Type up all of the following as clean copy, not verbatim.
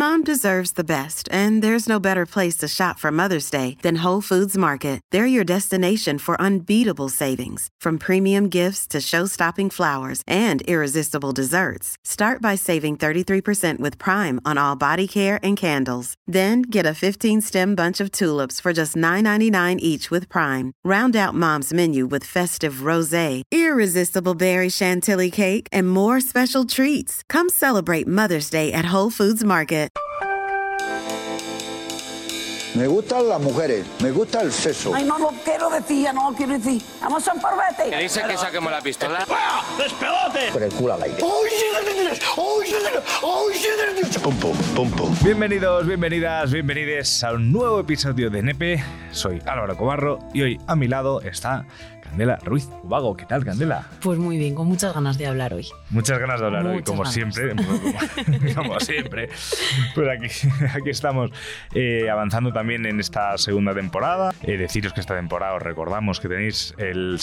Mom deserves the best, and there's no better place to shop for Mother's Day than Whole Foods Market. They're your destination for unbeatable savings, from premium gifts to show-stopping flowers and irresistible desserts. Start by saving 33% with Prime on all body care and candles. Then get a 15-stem bunch of tulips for just $9.99 each with Prime. Round out Mom's menu with festive rosé, irresistible berry chantilly cake, and more special treats. Come celebrate Mother's Day at Whole Foods Market. Me gustan las mujeres, me gusta el sexo. Ay, no lo quiero decir, no lo quiero decir. Vamos a emparbete. ¿Qué dice que saquemos la pistola? ¡Despedote! Con el culo al aire. Pum, pum, pum, pum. Bienvenidos, bienvenidas, bienvenides a un nuevo episodio de Nepe. Soy Álvaro Cobarro y hoy a mi lado está Candela Ruiz Ubago. ¿Qué tal, Candela? Pues muy bien, con muchas ganas de hablar hoy. Muchas ganas de hablar hoy, Muchas como ganas. siempre. Como siempre. Pues aquí estamos avanzando también en esta segunda temporada. Deciros que esta temporada os recordamos que tenéis el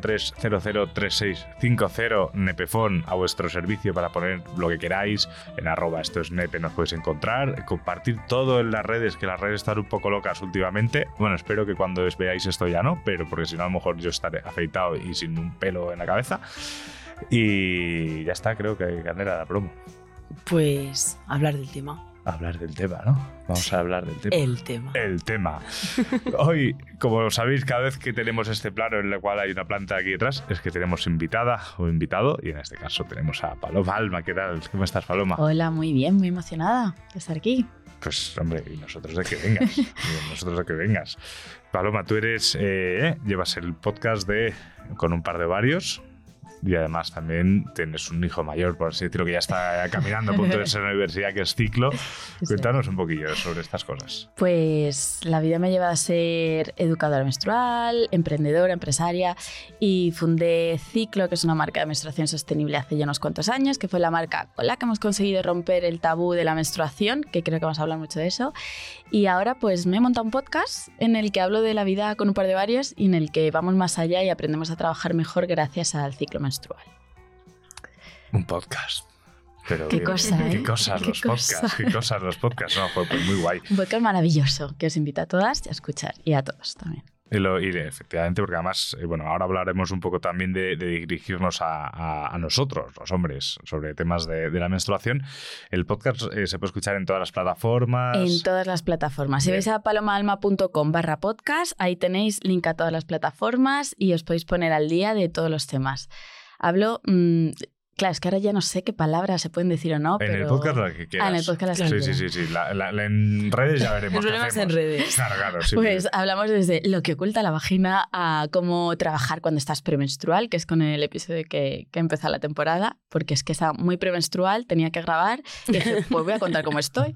613-003650 Nepefon a vuestro servicio para poner lo que queráis. En @ esto es Nepe nos podéis encontrar. Compartir todo en las redes, que las redes están un poco locas últimamente. Bueno, espero que cuando veáis esto ya no, pero porque si no a lo mejor yo estaré afeitado y sin un pelo en la cabeza. Y ya está, creo que Candela la promo. Pues hablar del tema. Hablar del tema, ¿no? Vamos a hablar del tema. El tema. Hoy, como sabéis, cada vez que tenemos este plano en el cual hay una planta aquí detrás, es que tenemos invitada o invitado, y en este caso tenemos a Paloma Alma. ¿Qué tal? ¿Cómo estás, Paloma? Hola, muy bien, muy emocionada de estar aquí. Pues, hombre, y nosotros de que vengas. Paloma, tú eres, llevas el podcast de Con un par de varios. Y además también tienes un hijo mayor, por así decirlo, que ya está caminando a punto de ser en la universidad, que es Ciclo. Sí. Cuéntanos un poquillo sobre estas cosas. Pues la vida me ha llevado a ser educadora menstrual, emprendedora, empresaria, y fundé Ciclo, que es una marca de menstruación sostenible hace ya unos cuantos años, que fue la marca con la que hemos conseguido romper el tabú de la menstruación, que creo que vamos a hablar mucho de eso. Y ahora pues me he montado un podcast en el que hablo de la vida con un par de varios y en el que vamos más allá y aprendemos a trabajar mejor gracias al ciclo menstrual. Un podcast. Pero Qué cosa, ¿eh? Qué cosas los podcasts. No, pues muy guay. Un podcast maravilloso que os invito a todas a escuchar y a todos también. Y efectivamente, porque además, ahora hablaremos un poco también de dirigirnos a nosotros, los hombres, sobre temas de la menstruación. El podcast se puede escuchar en todas las plataformas. En todas las plataformas. Si Bien. vais a palomaalma.com/podcast, ahí tenéis link a todas las plataformas y os podéis poner al día de todos los temas. Hablo... Claro, es que ahora ya no sé qué palabras se pueden decir o no, pero... En el podcast la que quieras. En el podcast las que quieras. Sí. En redes ya veremos. Nos qué veremos hacemos. en redes. Claro, sí. Pues hablamos desde lo que oculta la vagina a cómo trabajar cuando estás premenstrual, que es con el episodio que empezó la temporada, porque es que estaba muy premenstrual, tenía que grabar y dije, pues voy a contar cómo estoy.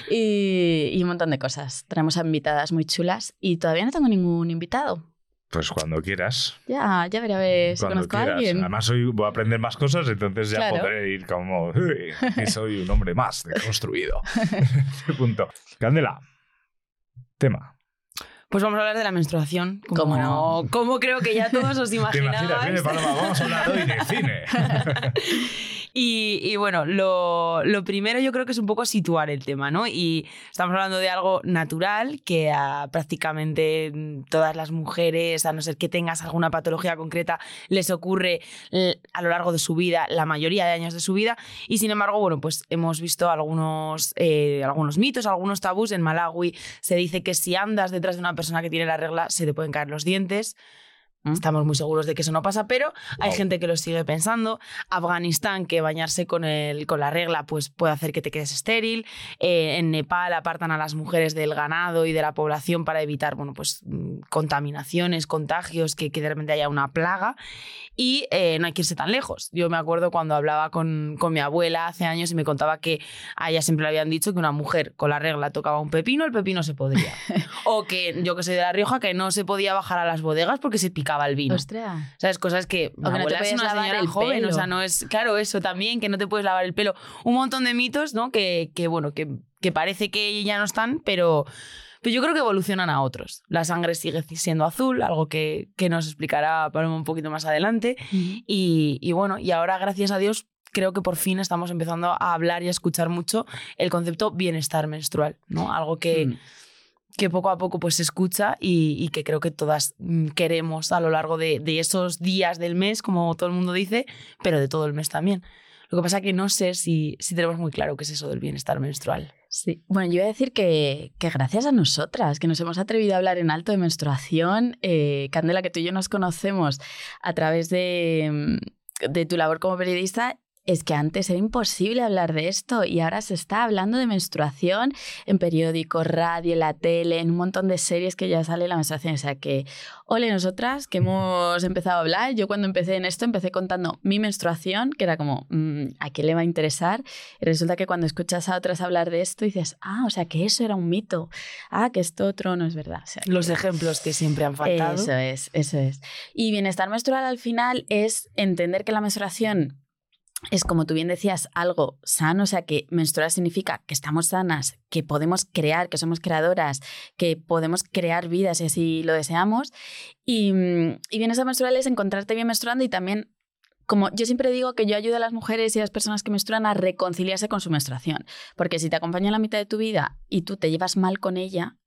Y un montón de cosas. Traemos a invitadas muy chulas y todavía no tengo ningún invitado. Pues cuando quieras. Ya veré a ver si Cuando conozco a quieras. alguien. Además hoy voy a aprender más cosas, entonces ya Claro. podré ir como... que soy un hombre más deconstruido. Punto. Candela. Tema. Pues vamos a hablar de la menstruación. ¿Cómo no? Como creo que ya todos os ¿Te imaginas? Viene imaginabais. Paloma, vamos a hablar hoy de cine. Y bueno, lo primero yo creo que es un poco situar el tema, ¿no? Y estamos hablando de algo natural que a prácticamente todas las mujeres, a no ser que tengas alguna patología concreta, les ocurre a lo largo de su vida, la mayoría de años de su vida. Y sin embargo, bueno, pues hemos visto algunos mitos, algunos tabús. En Malawi se dice que si andas detrás de una persona que tiene la regla, se te pueden caer los dientes. Estamos muy seguros de que eso no pasa, pero hay gente que lo sigue pensando. Afganistán, que bañarse con la regla pues puede hacer que te quedes estéril. En Nepal apartan a las mujeres del ganado y de la población para evitar contaminaciones, contagios, que de repente haya una plaga. Y no hay que irse tan lejos. Yo me acuerdo cuando hablaba con mi abuela hace años y me contaba que a ella siempre le habían dicho que una mujer con la regla tocaba un pepino, el pepino se podría. O que yo que soy de La Rioja, que no se podía bajar a las bodegas porque se picaba el vino. Ostras. ¿Sabes? Cosas que mi O que no te abuela es puedes una lavar señora el joven, pelo. o sea, no es... Claro, eso también, que no te puedes lavar el pelo. Un montón de mitos, ¿no? Que parece que ya no están, pero yo creo que evolucionan a otros. La sangre sigue siendo azul, algo que nos explicará Paloma un poquito más adelante. Y bueno, y ahora, gracias a Dios, creo que por fin estamos empezando a hablar y a escuchar mucho el concepto bienestar menstrual, ¿no? Algo que poco a poco pues se escucha y que creo que todas queremos a lo largo de esos días del mes, como todo el mundo dice, pero de todo el mes también. Lo que pasa es que no sé si tenemos muy claro qué es eso del bienestar menstrual. Sí, bueno, yo iba a decir que gracias a nosotras, que nos hemos atrevido a hablar en alto de menstruación, Candela, que tú y yo nos conocemos a través de tu labor como periodista, es que antes era imposible hablar de esto y ahora se está hablando de menstruación en periódicos, radio, en la tele, en un montón de series que ya sale la menstruación. O sea que, ole nosotras que hemos empezado a hablar. Yo cuando empecé en esto empecé contando mi menstruación, que era como, ¿a qué le va a interesar? Y resulta que cuando escuchas a otras hablar de esto dices, o sea que eso era un mito, que esto otro no es verdad. O sea, los ejemplos que siempre han faltado. Eso es. Y bienestar menstrual al final es entender que la menstruación es, como tú bien decías, algo sano, o sea que menstruar significa que estamos sanas, que podemos crear, que somos creadoras, que podemos crear vidas si así lo deseamos. Y bienestar menstrual es encontrarte bien menstruando y también, como yo siempre digo, que yo ayudo a las mujeres y a las personas que menstruan a reconciliarse con su menstruación. Porque si te acompaña en la mitad de tu vida y tú te llevas mal con ella,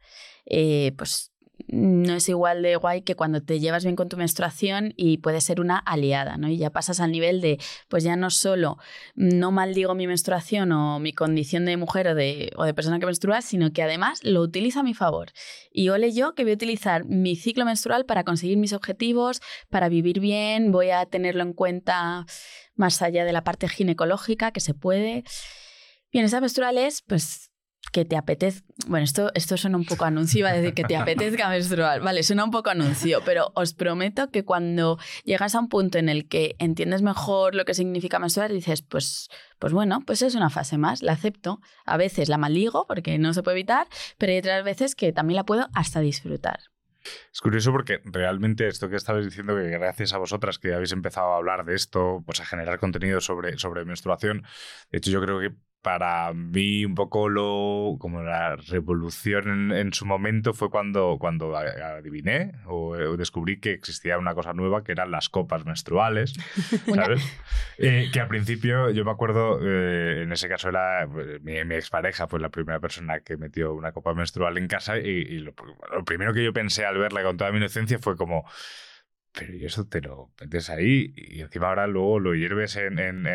pues no es igual de guay que cuando te llevas bien con tu menstruación y puedes ser una aliada, ¿no? Y ya pasas al nivel de, pues ya no solo no maldigo mi menstruación o mi condición de mujer o de persona que menstrua, sino que además lo utilizo a mi favor. Y ole yo que voy a utilizar mi ciclo menstrual para conseguir mis objetivos, para vivir bien, voy a tenerlo en cuenta más allá de la parte ginecológica, que se puede. Bienestar menstrual es, pues, que te apetezca. Bueno, esto suena un poco anuncio, iba a decir que te apetezca menstruar. Vale, suena un poco anuncio, pero os prometo que cuando llegas a un punto en el que entiendes mejor lo que significa menstruar, dices, pues bueno, pues es una fase más, la acepto. A veces la maldigo porque no se puede evitar, pero hay otras veces que también la puedo hasta disfrutar. Es curioso porque realmente esto que estabais diciendo, que gracias a vosotras que habéis empezado a hablar de esto, pues a generar contenido sobre menstruación, de hecho yo creo que para mí un poco como la revolución en su momento fue cuando adiviné o descubrí que existía una cosa nueva que eran las copas menstruales, ¿sabes? Que al principio yo me acuerdo, en ese caso era mi expareja, fue la primera persona que metió una copa menstrual en casa y lo primero que yo pensé al verla con toda mi inocencia fue como, pero ¿y eso te lo metes ahí? Y encima ahora luego lo hierves en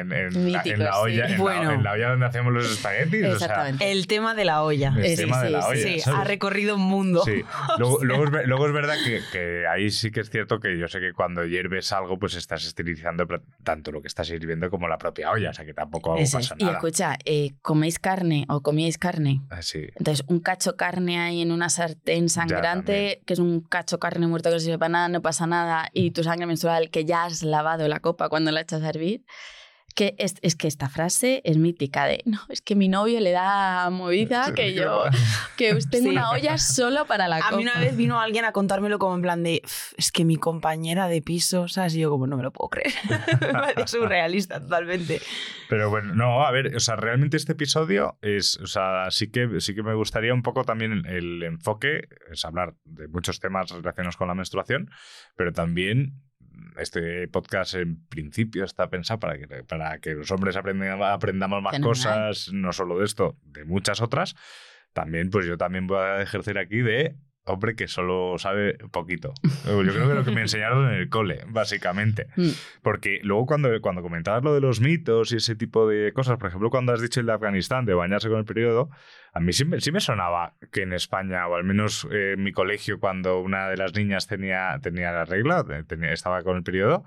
la olla, sí. en la olla donde hacemos los espaguetis. Exactamente. O sea, el tema de la olla. El tema de la olla, sí, ¿sabes? ha recorrido un mundo. Sí. Luego es verdad que ahí sí que es cierto que yo sé que cuando hierves algo, pues estás esterilizando tanto lo que estás hirviendo como la propia olla, o sea que tampoco pasa nada. Y escucha, ¿coméis carne o comíais carne? Sí. Entonces, un cacho carne ahí en una sartén sangrante, que es un cacho carne muerto que no sirve para nada, no pasa nada, y tu sangre menstrual que ya has lavado la copa cuando la echas a hervir, que es que esta frase es mítica de, no, es que mi novio le da movida que yo tengo una olla solo para la copa. A mí una vez vino alguien a contármelo como en plan de, es que mi compañera de piso, ¿sabes? Y yo como, no me lo puedo creer. Me parece surrealista totalmente. Pero bueno, no, a ver, o sea, realmente este episodio es, o sea, sí que me gustaría un poco también el enfoque, es hablar de muchos temas relacionados con la menstruación, pero también este podcast en principio está pensado para que los hombres aprendamos más cosas, no solo de esto, de muchas otras. También, pues yo también voy a ejercer aquí de hombre que solo sabe poquito. Yo creo que lo que me enseñaron en el cole, básicamente. Porque luego cuando comentabas lo de los mitos y ese tipo de cosas, por ejemplo, cuando has dicho el de Afganistán, de bañarse con el periodo, a mí sí me sonaba que en España, o al menos en mi colegio, cuando una de las niñas tenía la regla, estaba con el periodo,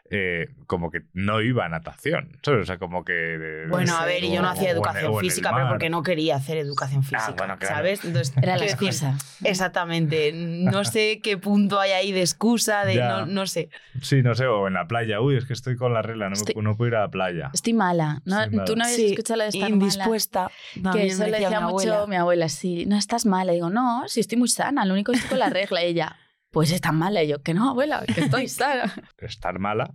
como que no iba a natación, ¿sabes? O sea, como que... Bueno, a ver, y yo no hacía educación física, pero porque no quería hacer educación física, bueno, claro. ¿sabes? Entonces, era la excusa. Exactamente. No sé qué punto hay ahí de excusa, no sé. Sí, no sé, o en la playa. Uy, es que estoy con la regla, no puedo ir a la playa. Estoy mala, ¿no? Tú no habías escuchado lo de estar indispuesta. Mala. Que eso le decía mucho mi abuela, sí, no estás mala. Y digo, no, sí estoy muy sana, lo único que estoy con la regla. Y ella, pues estás mala. Y yo, que no, abuela, que estoy sana. Estar mala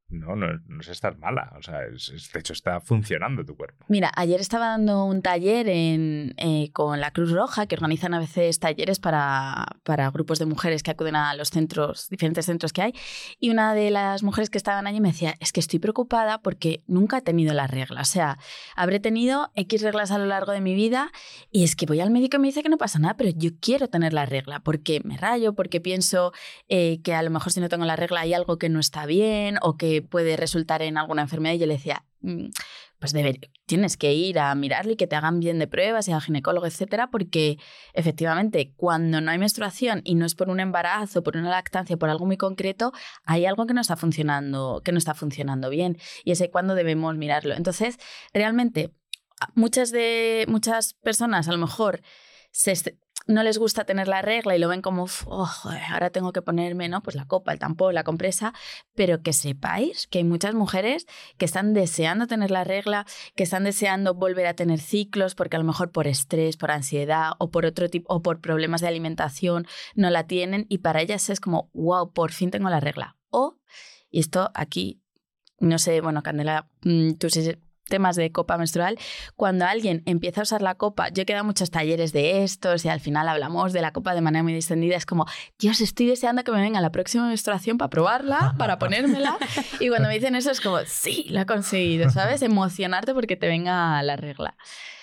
no es estar mala. O sea, de hecho está funcionando tu cuerpo. Mira, ayer estaba dando un taller con la Cruz Roja, que organizan a veces talleres para grupos de mujeres que acuden a los diferentes centros que hay, y una de las mujeres que estaban allí me decía, es que estoy preocupada porque nunca he tenido la regla. O sea, habré tenido X reglas a lo largo de mi vida y es que voy al médico y me dice que no pasa nada, pero yo quiero tener la regla porque me rayo, porque pienso que a lo mejor si no tengo la regla hay algo que no está bien o que puede resultar en alguna enfermedad. Y yo le decía, pues tienes que ir a mirarlo y que te hagan bien de pruebas y al ginecólogo, etcétera, porque efectivamente cuando no hay menstruación y no es por un embarazo, por una lactancia, por algo muy concreto, hay algo que no está funcionando bien y es cuando debemos mirarlo. Entonces, realmente muchas personas a lo mejor no les gusta tener la regla y lo ven como, joder, ahora tengo que ponerme, ¿no? Pues la copa, el tampón, la compresa, pero que sepáis que hay muchas mujeres que están deseando tener la regla, que están deseando volver a tener ciclos porque a lo mejor por estrés, por ansiedad o por otro tipo, o por problemas de alimentación no la tienen y para ellas es como, wow, por fin tengo la regla. Y esto aquí, no sé, bueno, Candela, tú sí temas de copa menstrual, cuando alguien empieza a usar la copa, yo he quedado muchos talleres de estos y al final hablamos de la copa de manera muy distendida, es como, Dios, estoy deseando que me venga la próxima menstruación para probarla, para ponérmela, y cuando me dicen eso es como, sí, lo he conseguido, ¿sabes? Emocionarte porque te venga la regla.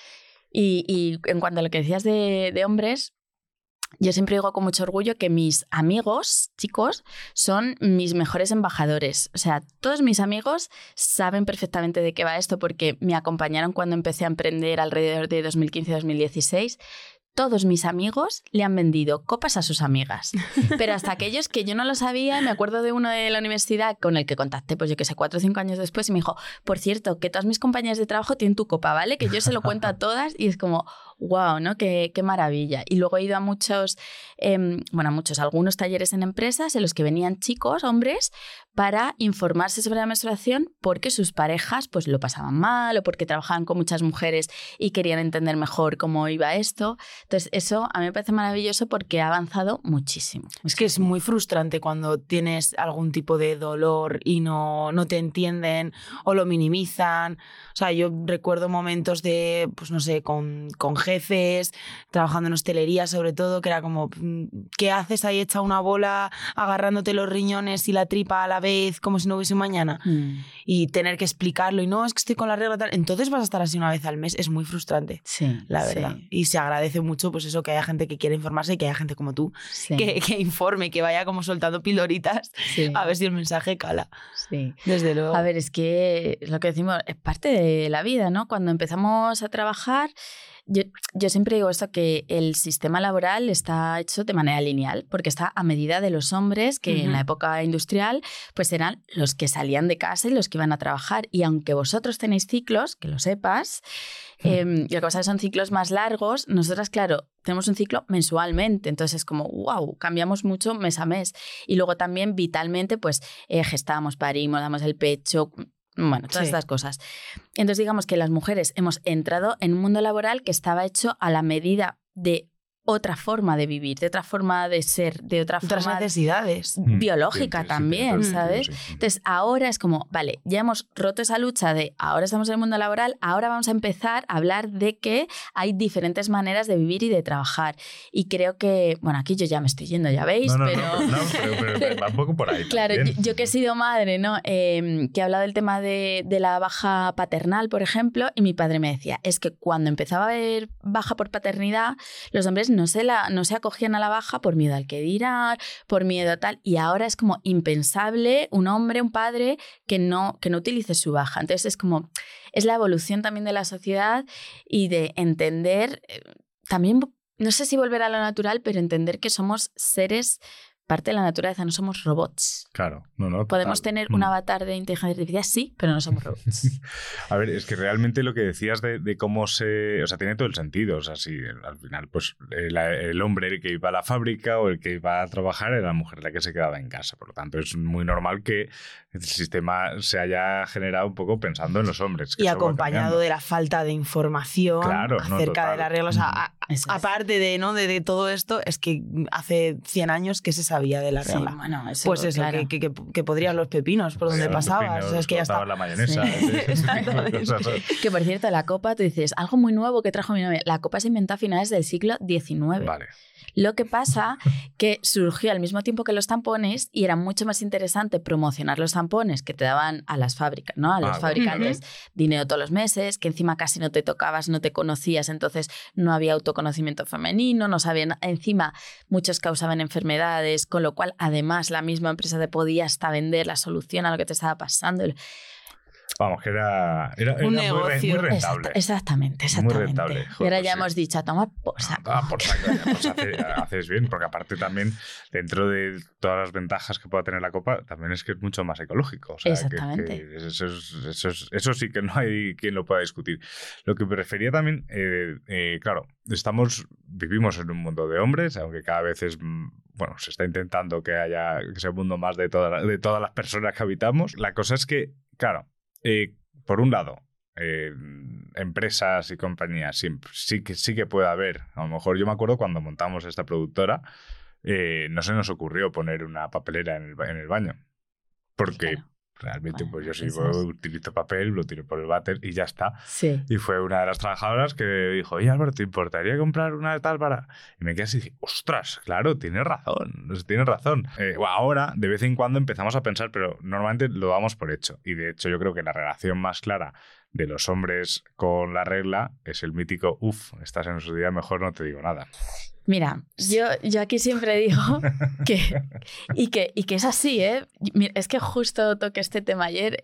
Y en cuanto a lo que decías de hombres, yo siempre digo con mucho orgullo que mis amigos, chicos, son mis mejores embajadores. O sea, todos mis amigos saben perfectamente de qué va esto porque me acompañaron cuando empecé a emprender alrededor de 2015-2016. Todos mis amigos le han vendido copas a sus amigas. Pero hasta aquellos que yo no lo sabía, me acuerdo de uno de la universidad con el que contacté, pues yo que sé, 4 o 5 años después, y me dijo, por cierto, que todas mis compañeras de trabajo tienen tu copa, ¿vale? Que yo se lo cuento a todas y es como, wow, ¿no? Qué maravilla. Y luego he ido a algunos talleres en empresas en los que venían chicos, hombres, para informarse sobre la menstruación porque sus parejas pues lo pasaban mal o porque trabajaban con muchas mujeres y querían entender mejor cómo iba esto. Entonces eso a mí me parece maravilloso porque ha avanzado muchísimo. Es que es muy frustrante cuando tienes algún tipo de dolor y no te entienden o lo minimizan. O sea, yo recuerdo momentos de, pues no sé, con jefes, trabajando en hostelería sobre todo, que era como, ¿qué haces ahí hecha una bola agarrándote los riñones y la tripa a la vez como si no hubiese un mañana? Y tener que explicarlo y no, es que estoy con la regla tal. Entonces vas a estar así una vez al mes. Es muy frustrante, sí, la verdad. Sí. Y se agradece mucho pues eso, que haya gente que quiera informarse y que haya gente como tú que informe, que vaya como soltando pildoritas a ver si el mensaje cala. Sí. Desde luego. A ver, es que lo que decimos es parte de la vida, ¿no? Cuando empezamos a trabajar, yo siempre digo esto, que el sistema laboral está hecho de manera lineal, porque está a medida de los hombres que en la época industrial pues eran los que salían de casa y los que iban a trabajar. Y aunque vosotros tenéis ciclos, que lo sepas, lo que pasa es que son ciclos más largos, nosotras, claro, tenemos un ciclo mensualmente, entonces es como, wow, cambiamos mucho mes a mes. Y luego también vitalmente, pues gestamos, parimos, damos el pecho, bueno, todas estas cosas. Entonces digamos que las mujeres hemos entrado en un mundo laboral que estaba hecho a la medida de otra forma de vivir, de otra forma de ser, de otras necesidades biológica también, ¿sabes? Sí. Entonces ahora es como, vale, ya hemos roto esa lucha de ahora estamos en el mundo laboral, ahora vamos a empezar a hablar de que hay diferentes maneras de vivir y de trabajar. Y creo que, bueno, aquí yo ya me estoy yendo, ya veis, pero va un poco por ahí. Claro, yo que he sido madre, ¿no? Que he hablado del tema de la baja paternal, por ejemplo, y mi padre me decía, es que cuando empezaba a haber baja por paternidad, los hombres no se acogían a la baja por miedo al que dirán, por miedo a tal, y ahora es como impensable un hombre, un padre que no utilice su baja. Entonces es como, es la evolución también de la sociedad y de entender, también, no sé si volver a lo natural, pero entender que somos seres parte de la naturaleza, no somos robots. Claro, no. Podemos tener un avatar de inteligencia artificial, sí, pero no somos robots. A ver, es que realmente lo que decías de cómo se... O sea, tiene todo el sentido. O sea, sí, al final, pues el hombre el que iba a la fábrica o el que iba a trabajar era la mujer la que se quedaba en casa. Por lo tanto, es muy normal que el sistema se haya generado un poco pensando en los hombres. Y acompañado de la falta de información acerca de las reglas. O sea, Eso es. aparte de, ¿no? de todo esto, es que hace 100 años que se sabía de la Sí, regla. bueno, eso, Pues eso, claro. que podrías los pepinos por donde Los pasabas. pepinos, O sea, es que ya está. cortabas la mayonesa. Sí. Cosas. Que por cierto, la copa, tú dices, algo muy nuevo que trajo mi novia. La copa se inventó a finales del siglo XIX. Vale. Lo que pasa que surgió al mismo tiempo que los tampones y era mucho más interesante promocionar los tampones que te daban a las fábricas, ¿no? A los fabricantes dinero todos los meses, que encima casi no te tocabas, no te conocías, entonces no había autoconocimiento femenino, no sabían, encima muchos causaban enfermedades, con lo cual además la misma empresa te podía hasta vender la solución a lo que te estaba pasando. Vamos, que era Un muy negocio. rentable. Exactamente. Muy rentable. Y ahora Joder, pues ya sí. hemos dicho, a tomar por saco. Por saco, ya, pues haces bien, porque aparte también, dentro de todas las ventajas que pueda tener la copa, también es que es mucho más ecológico. O sea, Exactamente. que eso sí que no hay quien lo pueda discutir. Lo que me refería también, claro, vivimos en un mundo de hombres, aunque cada vez bueno, se está intentando que sea un mundo más de todas las personas que habitamos. La cosa es que, claro, por un lado, empresas y compañías sí que puede haber. A lo mejor yo me acuerdo cuando montamos esta productora, no se nos ocurrió poner una papelera en el baño. Porque Claro. realmente Bueno, pues yo eso es. utilizo papel, lo tiro por el váter y ya está. Sí. Y fue una de las trabajadoras que dijo, oye Álvaro, ¿te importaría comprar una de tal para...? Y me quedé así y dije, ostras, claro, tienes razón. Ahora, de vez en cuando empezamos a pensar, pero normalmente lo damos por hecho. Y de hecho yo creo que la relación más clara de los hombres con la regla es el mítico, estás en su día, mejor no te digo nada. Mira, yo aquí siempre digo que es así, ¿eh? Mira, es que justo toqué este tema ayer.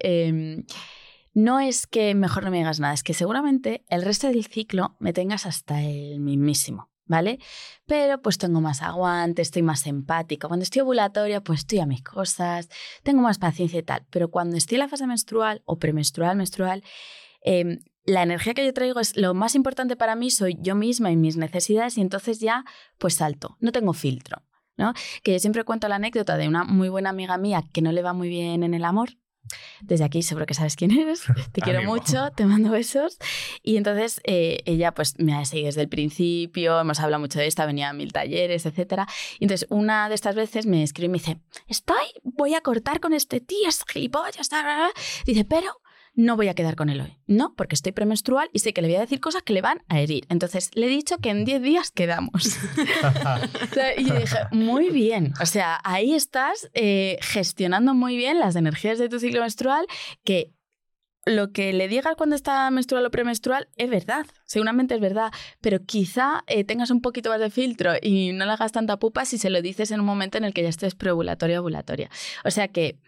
No es que mejor no me digas nada, es que seguramente el resto del ciclo me tengas hasta el mismísimo, ¿vale? Pero pues tengo más aguante, estoy más empática. Cuando estoy ovulatoria, pues estoy a mis cosas, tengo más paciencia y tal. Pero cuando estoy en la fase menstrual o premenstrual, menstrual, la energía que yo traigo es lo más importante para mí, soy yo misma y mis necesidades y entonces ya pues salto, no tengo filtro, ¿no? Que yo siempre cuento la anécdota de una muy buena amiga mía que no le va muy bien en el amor. Desde aquí seguro que sabes quién eres, te quiero Ánimo. mucho, te mando besos. Y entonces ella pues me ha seguido desde el principio, hemos hablado mucho de esto, ha venido a 1000 talleres, etc. Y entonces una de estas veces me escribe y me dice, voy a cortar con este tío, es gilipollas, dice, pero no voy a quedar con él hoy. No, porque estoy premenstrual y sé que le voy a decir cosas que le van a herir. Entonces le he dicho que en 10 días quedamos. O sea, y yo dije, muy bien. O sea, ahí estás gestionando muy bien las energías de tu ciclo menstrual, que lo que le digas cuando está menstrual o premenstrual es verdad, seguramente es verdad, pero quizá tengas un poquito más de filtro y no le hagas tanta pupa si se lo dices en un momento en el que ya estés preovulatoria o ovulatoria. O sea que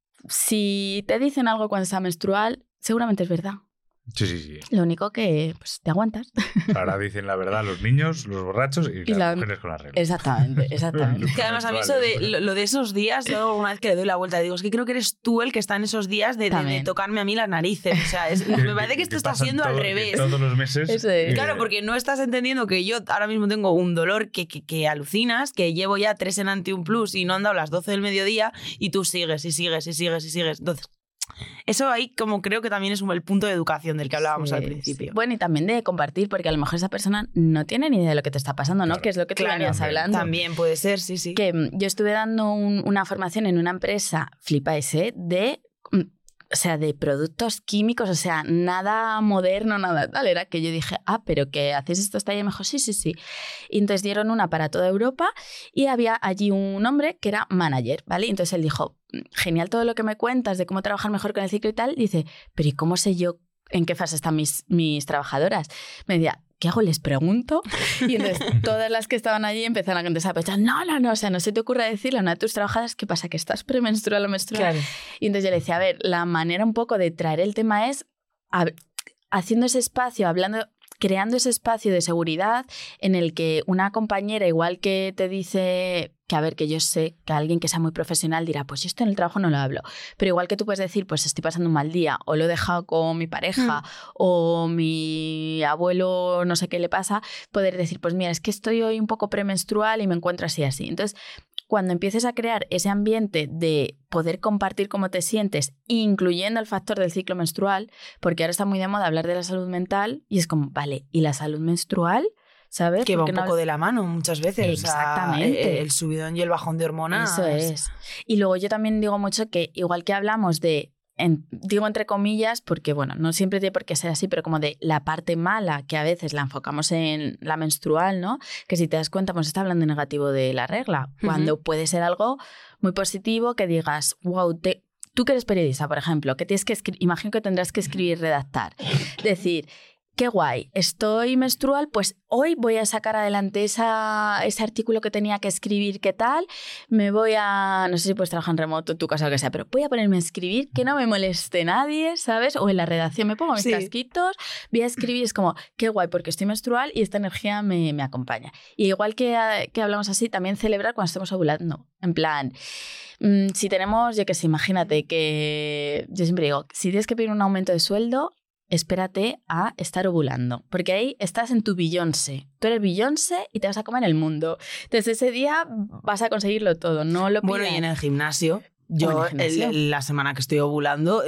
si te dicen algo cuando está menstrual, seguramente es verdad. Sí. Lo único que pues, te aguantas. Ahora dicen la verdad los niños, los borrachos y las mujeres con la regla. Exactamente. Que además a mí eso de lo de esos días, yo una vez que le doy la vuelta digo, es que creo que eres tú el que está en esos días de tocarme a mí las narices. O sea, me parece que esto está siendo al revés. Todos los meses. Eso es. Claro, porque no estás entendiendo que yo ahora mismo tengo un dolor que alucinas, que llevo ya 3 en Antium Plus y no han dado las 12 del mediodía y tú sigues. Entonces, eso ahí como creo que también es el punto de educación del que hablábamos al principio. Sí. Bueno, y también de compartir, porque a lo mejor esa persona no tiene ni idea de lo que te está pasando, ¿no? Claro. Que es lo que tú venías hablando. También puede ser, sí. Que yo estuve dando una formación en una empresa, flipáis, de productos químicos, o sea, nada moderno, nada tal. Era que yo dije, pero que hacéis estos talleres. Me dijo, sí. Y entonces dieron una para toda Europa y había allí un hombre que era manager, ¿vale? Y entonces él dijo, genial todo lo que me cuentas de cómo trabajar mejor con el ciclo y tal. Dice, pero ¿y cómo sé yo en qué fase están mis trabajadoras? Me decía, ¿qué hago? Les pregunto. Y entonces todas las que estaban allí empezaron a contestar, pues, no, o sea, no se te ocurra decirle a una de tus trabajadoras qué pasa, que estás premenstrual o menstrual. Claro. Y entonces yo le decía, a ver, la manera un poco de traer el tema es haciendo ese espacio, creando ese espacio de seguridad en el que una compañera, igual que te dice que, a ver, que yo sé que alguien que sea muy profesional dirá, pues yo esto en el trabajo no lo hablo, pero igual que tú puedes decir, pues estoy pasando un mal día, o lo he dejado con mi pareja, o mi abuelo no sé qué le pasa, poder decir, pues mira, es que estoy hoy un poco premenstrual y me encuentro así. Entonces, cuando empieces a crear ese ambiente de poder compartir cómo te sientes, incluyendo el factor del ciclo menstrual, porque ahora está muy de moda hablar de la salud mental y es como, vale, ¿y la salud menstrual? ¿sabes? Que va Porque un poco de la mano muchas veces. Exactamente. O sea, el subidón y el bajón de hormonas. Eso es. Y luego yo también digo mucho que igual que hablamos de, digo entre comillas, porque bueno, no siempre tiene por qué ser así, pero como de la parte mala que a veces la enfocamos en la menstrual, ¿no? Que si te das cuenta, pues está hablando negativo de la regla, cuando puede ser algo muy positivo que digas, wow, tú que eres periodista, por ejemplo, que tienes que imagino que tendrás que escribir, redactar, decir, qué guay, estoy menstrual, pues hoy voy a sacar adelante ese artículo que tenía que escribir, ¿qué tal? Me voy a, no sé si puedes trabajar en remoto, en tu casa o lo que sea, pero voy a ponerme a escribir, que no me moleste nadie, ¿sabes? O en la redacción me pongo mis casquitos, voy a escribir, es como, qué guay, porque estoy menstrual y esta energía me acompaña. Y igual que hablamos así, también celebrar cuando estemos ovulando, en plan... si tenemos, yo qué sé, imagínate que, yo siempre digo, si tienes que pedir un aumento de sueldo, espérate a estar ovulando, porque ahí estás en tu Beyoncé. Tú eres Beyoncé y te vas a comer el mundo. Desde ese día vas a conseguirlo todo, no lo pidas. Bueno, y en el gimnasio, yo la semana que estoy ovulando...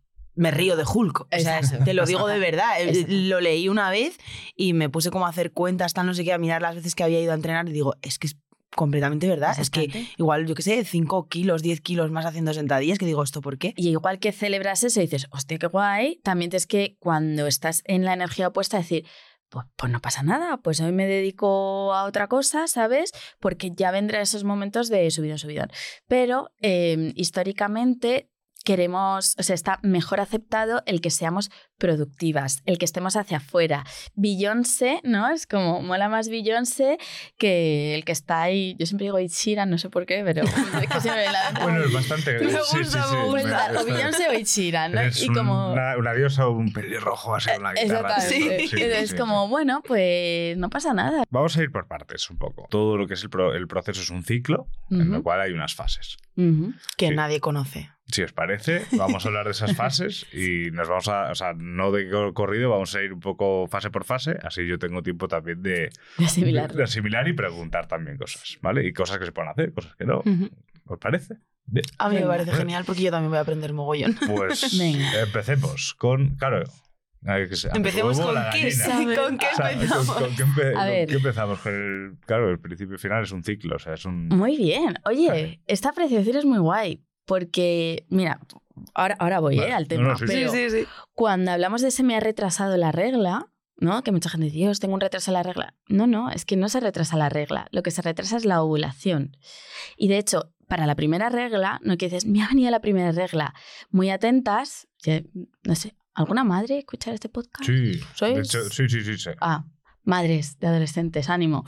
me río de Hulk, o sea, te lo digo de verdad. Lo leí una vez y me puse como a hacer cuentas, tal, no sé qué, a mirar las veces que había ido a entrenar y digo, es que es completamente verdad. Es que igual, yo qué sé, 5 kilos, 10 kilos más haciendo sentadillas, que digo, ¿esto por qué? Y igual que celebras eso y dices, hostia, qué guay, también tienes que, cuando estás en la energía opuesta, decir, pues no pasa nada, pues hoy me dedico a otra cosa, ¿sabes? Porque ya vendrán esos momentos de subidón. Pero históricamente... queremos, o sea, está mejor aceptado el que seamos productivas, el que estemos hacia afuera. Beyoncé, ¿no? Es como, mola más Beyoncé que el que está ahí. Yo siempre digo Ed Sheeran, no sé por qué, pero es que siempre Bueno, es bastante... Me gusta, o Beyoncé o Ed Sheeran, ¿no? Es y como... una diosa o un pelirrojo así con la guitarra. Exactamente. Es como, bueno, pues no pasa nada. Vamos a ir por partes un poco. Todo lo que es el proceso es un ciclo, en el cual hay unas fases. Que nadie conoce. Si os parece, vamos a hablar de esas fases y nos vamos a, o sea, no de corrido, vamos a ir un poco fase por fase, así yo tengo tiempo también de asimilar y preguntar también cosas, ¿vale? Y cosas que se pueden hacer, cosas que no. ¿Os parece? Bien. A mí me parece genial porque yo también voy a aprender mogollón. Pues empecemos con, claro... Empecemos con qué, ¿con qué empezamos? ¿Con qué empezamos? Claro, el principio y final es un ciclo, o sea, es un... Muy bien. Oye, esta apreciación es muy guay. Porque, mira, ahora voy al tema. Pero cuando hablamos de se me ha retrasado la regla, ¿no? Que mucha gente dice, Dios, tengo un retraso en la regla. No, es que no se retrasa la regla. Lo que se retrasa es la ovulación. Y de hecho, para la primera regla, no que dices, me ha venido la primera regla. Muy atentas, ya, no sé, ¿alguna madre escuchar este podcast? Sí. ¿Sois? De hecho, sí. Ah, madres de adolescentes, ánimo.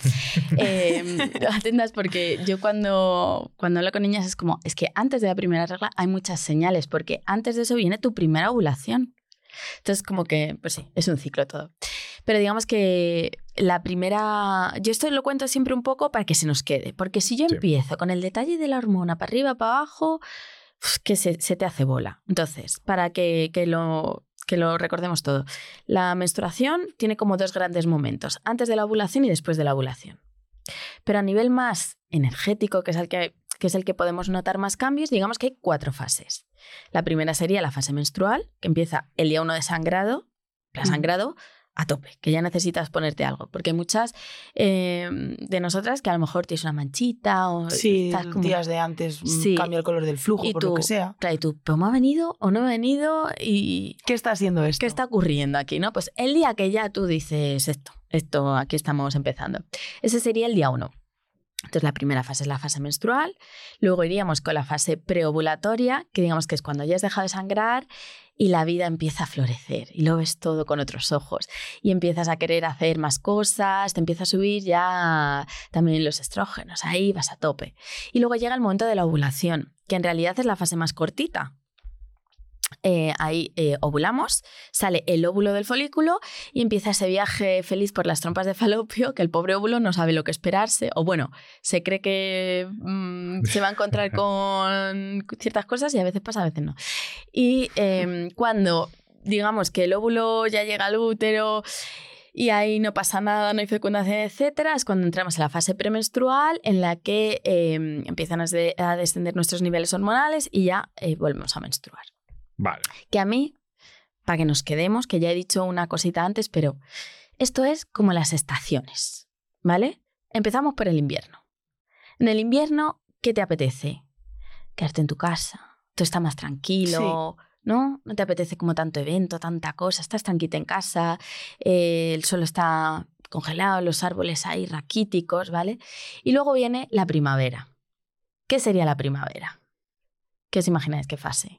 Atentas porque yo cuando hablo con niñas es como, es que antes de la primera regla hay muchas señales, porque antes de eso viene tu primera ovulación. Entonces como que, pues sí, es un ciclo todo. Pero digamos que la primera... Yo esto lo cuento siempre un poco para que se nos quede, porque si yo empiezo con el detalle de la hormona para arriba, para abajo, que se te hace bola. Entonces, para que lo recordemos todo. La menstruación tiene como 2 grandes momentos, antes de la ovulación y después de la ovulación. Pero a nivel más energético, que es el que podemos notar más cambios, digamos que hay 4 fases. La primera sería la fase menstrual, que empieza el día 1 de sangrado, sangrado a tope, que ya necesitas ponerte algo. Porque hay muchas de nosotras que a lo mejor tienes una manchita o estás como... días de antes cambia el color del flujo, por lo que sea. Claro, y tú, ¿pero me ha venido o no me ha venido? Y ¿qué está haciendo esto? ¿Qué está ocurriendo aquí? ¿No? Pues el día que ya tú dices esto, aquí estamos empezando. Ese sería el día 1. Entonces la primera fase es la fase menstrual, luego iríamos con la fase preovulatoria, que digamos que es cuando ya has dejado de sangrar y la vida empieza a florecer y lo ves todo con otros ojos y empiezas a querer hacer más cosas, te empieza a subir ya también los estrógenos, ahí vas a tope. Y luego llega el momento de la ovulación, que en realidad es la fase más cortita. Ahí ovulamos, sale el óvulo del folículo y empieza ese viaje feliz por las trompas de falopio, que el pobre óvulo no sabe lo que esperarse, o bueno, se cree que se va a encontrar con ciertas cosas y a veces pasa, a veces no. Y cuando digamos que el óvulo ya llega al útero y ahí no pasa nada, no hay fecundación, etcétera, es cuando entramos en la fase premenstrual en la que empiezan a descender nuestros niveles hormonales y ya volvemos a menstruar. Vale. Que a mí, para que nos quedemos, que ya he dicho una cosita antes, pero Esto es como las estaciones, ¿vale? Empezamos por el invierno. En el invierno, ¿qué te apetece? Quedarte en tu casa, tú estás más tranquilo, ¿no? No te apetece como tanto evento, tanta cosa, estás tranquila en casa, el suelo está congelado, los árboles ahí raquíticos, ¿vale? Y luego viene la primavera. ¿Qué sería la primavera? ¿Qué os imagináis que fase?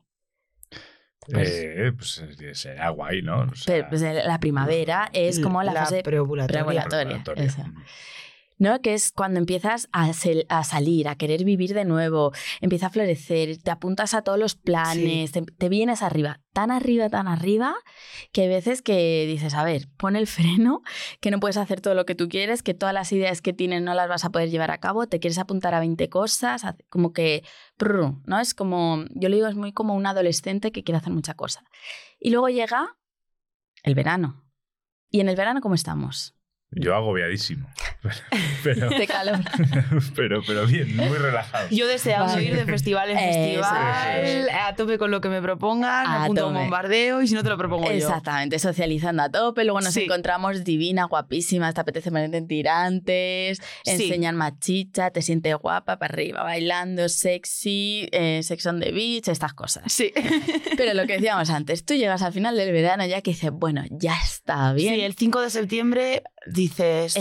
Pues será guay, ¿no? O sea, Pero, pues, la primavera es como la fase preovulatoria. Esa. ¿No? Que es cuando empiezas a salir, a querer vivir de nuevo, empieza a florecer, te apuntas a todos los planes, te vienes arriba, que hay veces que dices, a ver, pon el freno, que no puedes hacer todo lo que tú quieres, que todas las ideas que tienes no las vas a poder llevar a cabo, te quieres apuntar a 20 cosas, como que, ¿no? Es como, yo le digo, es muy como un adolescente que quiere hacer mucha cosa. Y luego llega el verano. ¿Y en el verano cómo estamos? Yo agobiadísimo. Pero, de calor. pero bien, muy relajado. Yo deseando ir de festival en festival, a tope con lo que me propongan, me apunto a un bombardeo y si no te lo propongo yo. Exactamente, socializando a tope, luego nos encontramos divinas, guapísimas, te apetece ponerte en tirantes, enseñan más chicha, te sientes guapa, para arriba, bailando, sexy, sex on the beach, estas cosas. Sí. Pero lo que decíamos antes, tú llegas al final del verano ya que dices, bueno, ya está bien. Sí, el 5 de septiembre dices...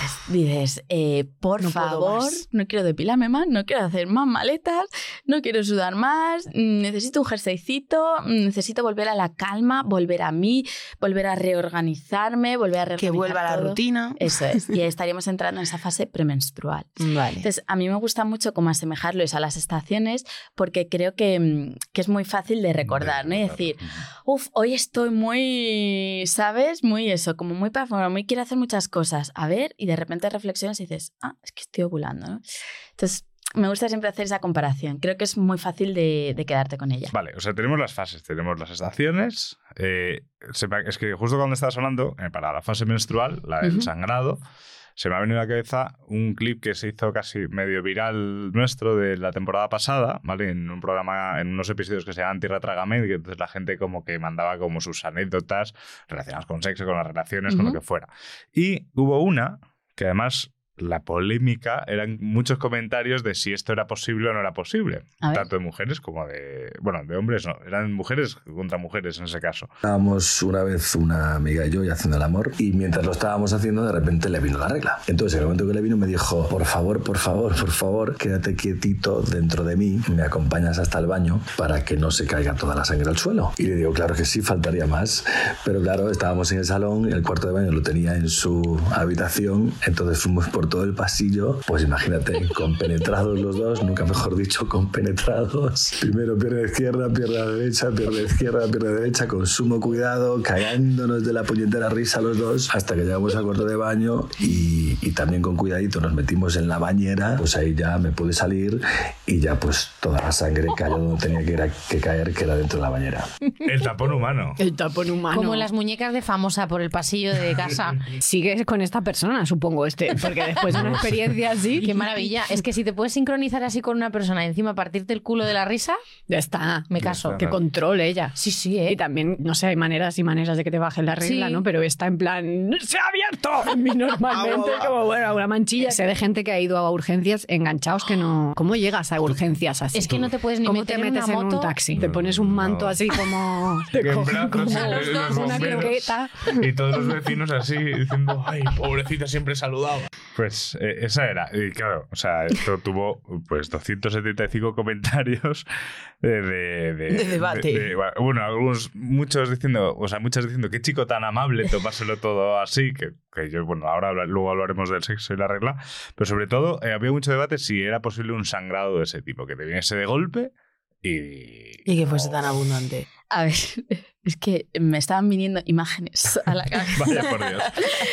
por favor, no quiero depilarme más, no quiero hacer más maletas, no quiero sudar más, necesito un jerseycito, necesito volver a la calma, volver a mí, volver a reorganizarme, volver a reorganizar que vuelva todo. La rutina. Eso es, y estaríamos entrando en esa fase premenstrual. Vale. Entonces, a mí me gusta mucho como asemejarlo a las estaciones porque creo que es muy fácil de recordar, ¿no? Y decir, hoy estoy muy, ¿sabes? Muy eso, como muy para muy quiero hacer muchas cosas. A ver, y de repente reflexionas y dices, es que estoy ovulando, ¿no? Entonces, me gusta siempre hacer esa comparación. Creo que es muy fácil de quedarte con ella. Vale, o sea, tenemos las fases, tenemos las estaciones. Es que justo cuando estabas hablando, para la fase menstrual, la del sangrado, se me ha venido a la cabeza un clip que se hizo casi medio viral nuestro de la temporada pasada, ¿vale? En un programa, en unos episodios que se llaman Tierra Trágame, que entonces la gente como que mandaba como sus anécdotas relacionadas con sexo, con las relaciones, con lo que fuera. Y hubo una que además la polémica eran muchos comentarios de si esto era posible o no era posible. Tanto de mujeres como de... Bueno, de hombres no. Eran mujeres contra mujeres en ese caso. Estábamos una vez una amiga y yo haciendo el amor y mientras lo estábamos haciendo de repente le vino la regla. Entonces en el momento que le vino me dijo, por favor, quédate quietito dentro de mí, me acompañas hasta el baño para que no se caiga toda la sangre al suelo. Y le digo, claro que sí, faltaría más. Pero claro, estábamos en el salón y el cuarto de baño lo tenía en su habitación, entonces fuimos por todo el pasillo, pues imagínate, compenetrados los dos, nunca mejor dicho, compenetrados. Primero pierna izquierda, pierna derecha, pierna izquierda, pierna derecha, con sumo cuidado, cagándonos de la puñetera risa los dos, hasta que llegamos al cuarto de baño y también con cuidadito nos metimos en la bañera, pues ahí ya me pude salir y ya pues toda la sangre cayó donde tenía que caer, que era dentro de la bañera. El tapón humano. El tapón humano. Como las muñecas de Famosa por el pasillo de casa. Sigues con esta persona, supongo, porque después de una experiencia así... Qué maravilla. Es que si te puedes sincronizar así con una persona y encima partirte el culo de la risa... Ya está. Me caso. Que controle ella. Sí, Y también, no sé, hay maneras y maneras de que te baje la regla, ¿no? Pero está en plan... ¡Se ha abierto! En mí normalmente, como bueno, una manchilla. Sé de gente que ha ido a urgencias enganchados que no... ¿Cómo llegas a urgencias así? Es que no te puedes ni meter en una moto. ¿Cómo te metes en un taxi? Te pones un manto así como... Te cogen como una croqueta. Y todos los vecinos así diciendo, ay, pobrecita, siempre he saludado. Pues esa era. Y claro, o sea, esto tuvo pues 275 comentarios de debate. Bueno, muchos diciendo, muchas diciendo, qué chico tan amable, tomárselo todo así, que yo, bueno, luego hablaremos del sexo y la regla, pero sobre todo había mucho debate si era posible un sangrado de ese tipo, que te viniese de golpe y que fuese tan abundante. A ver, es que me estaban viniendo imágenes a la cabeza. Vaya por Dios.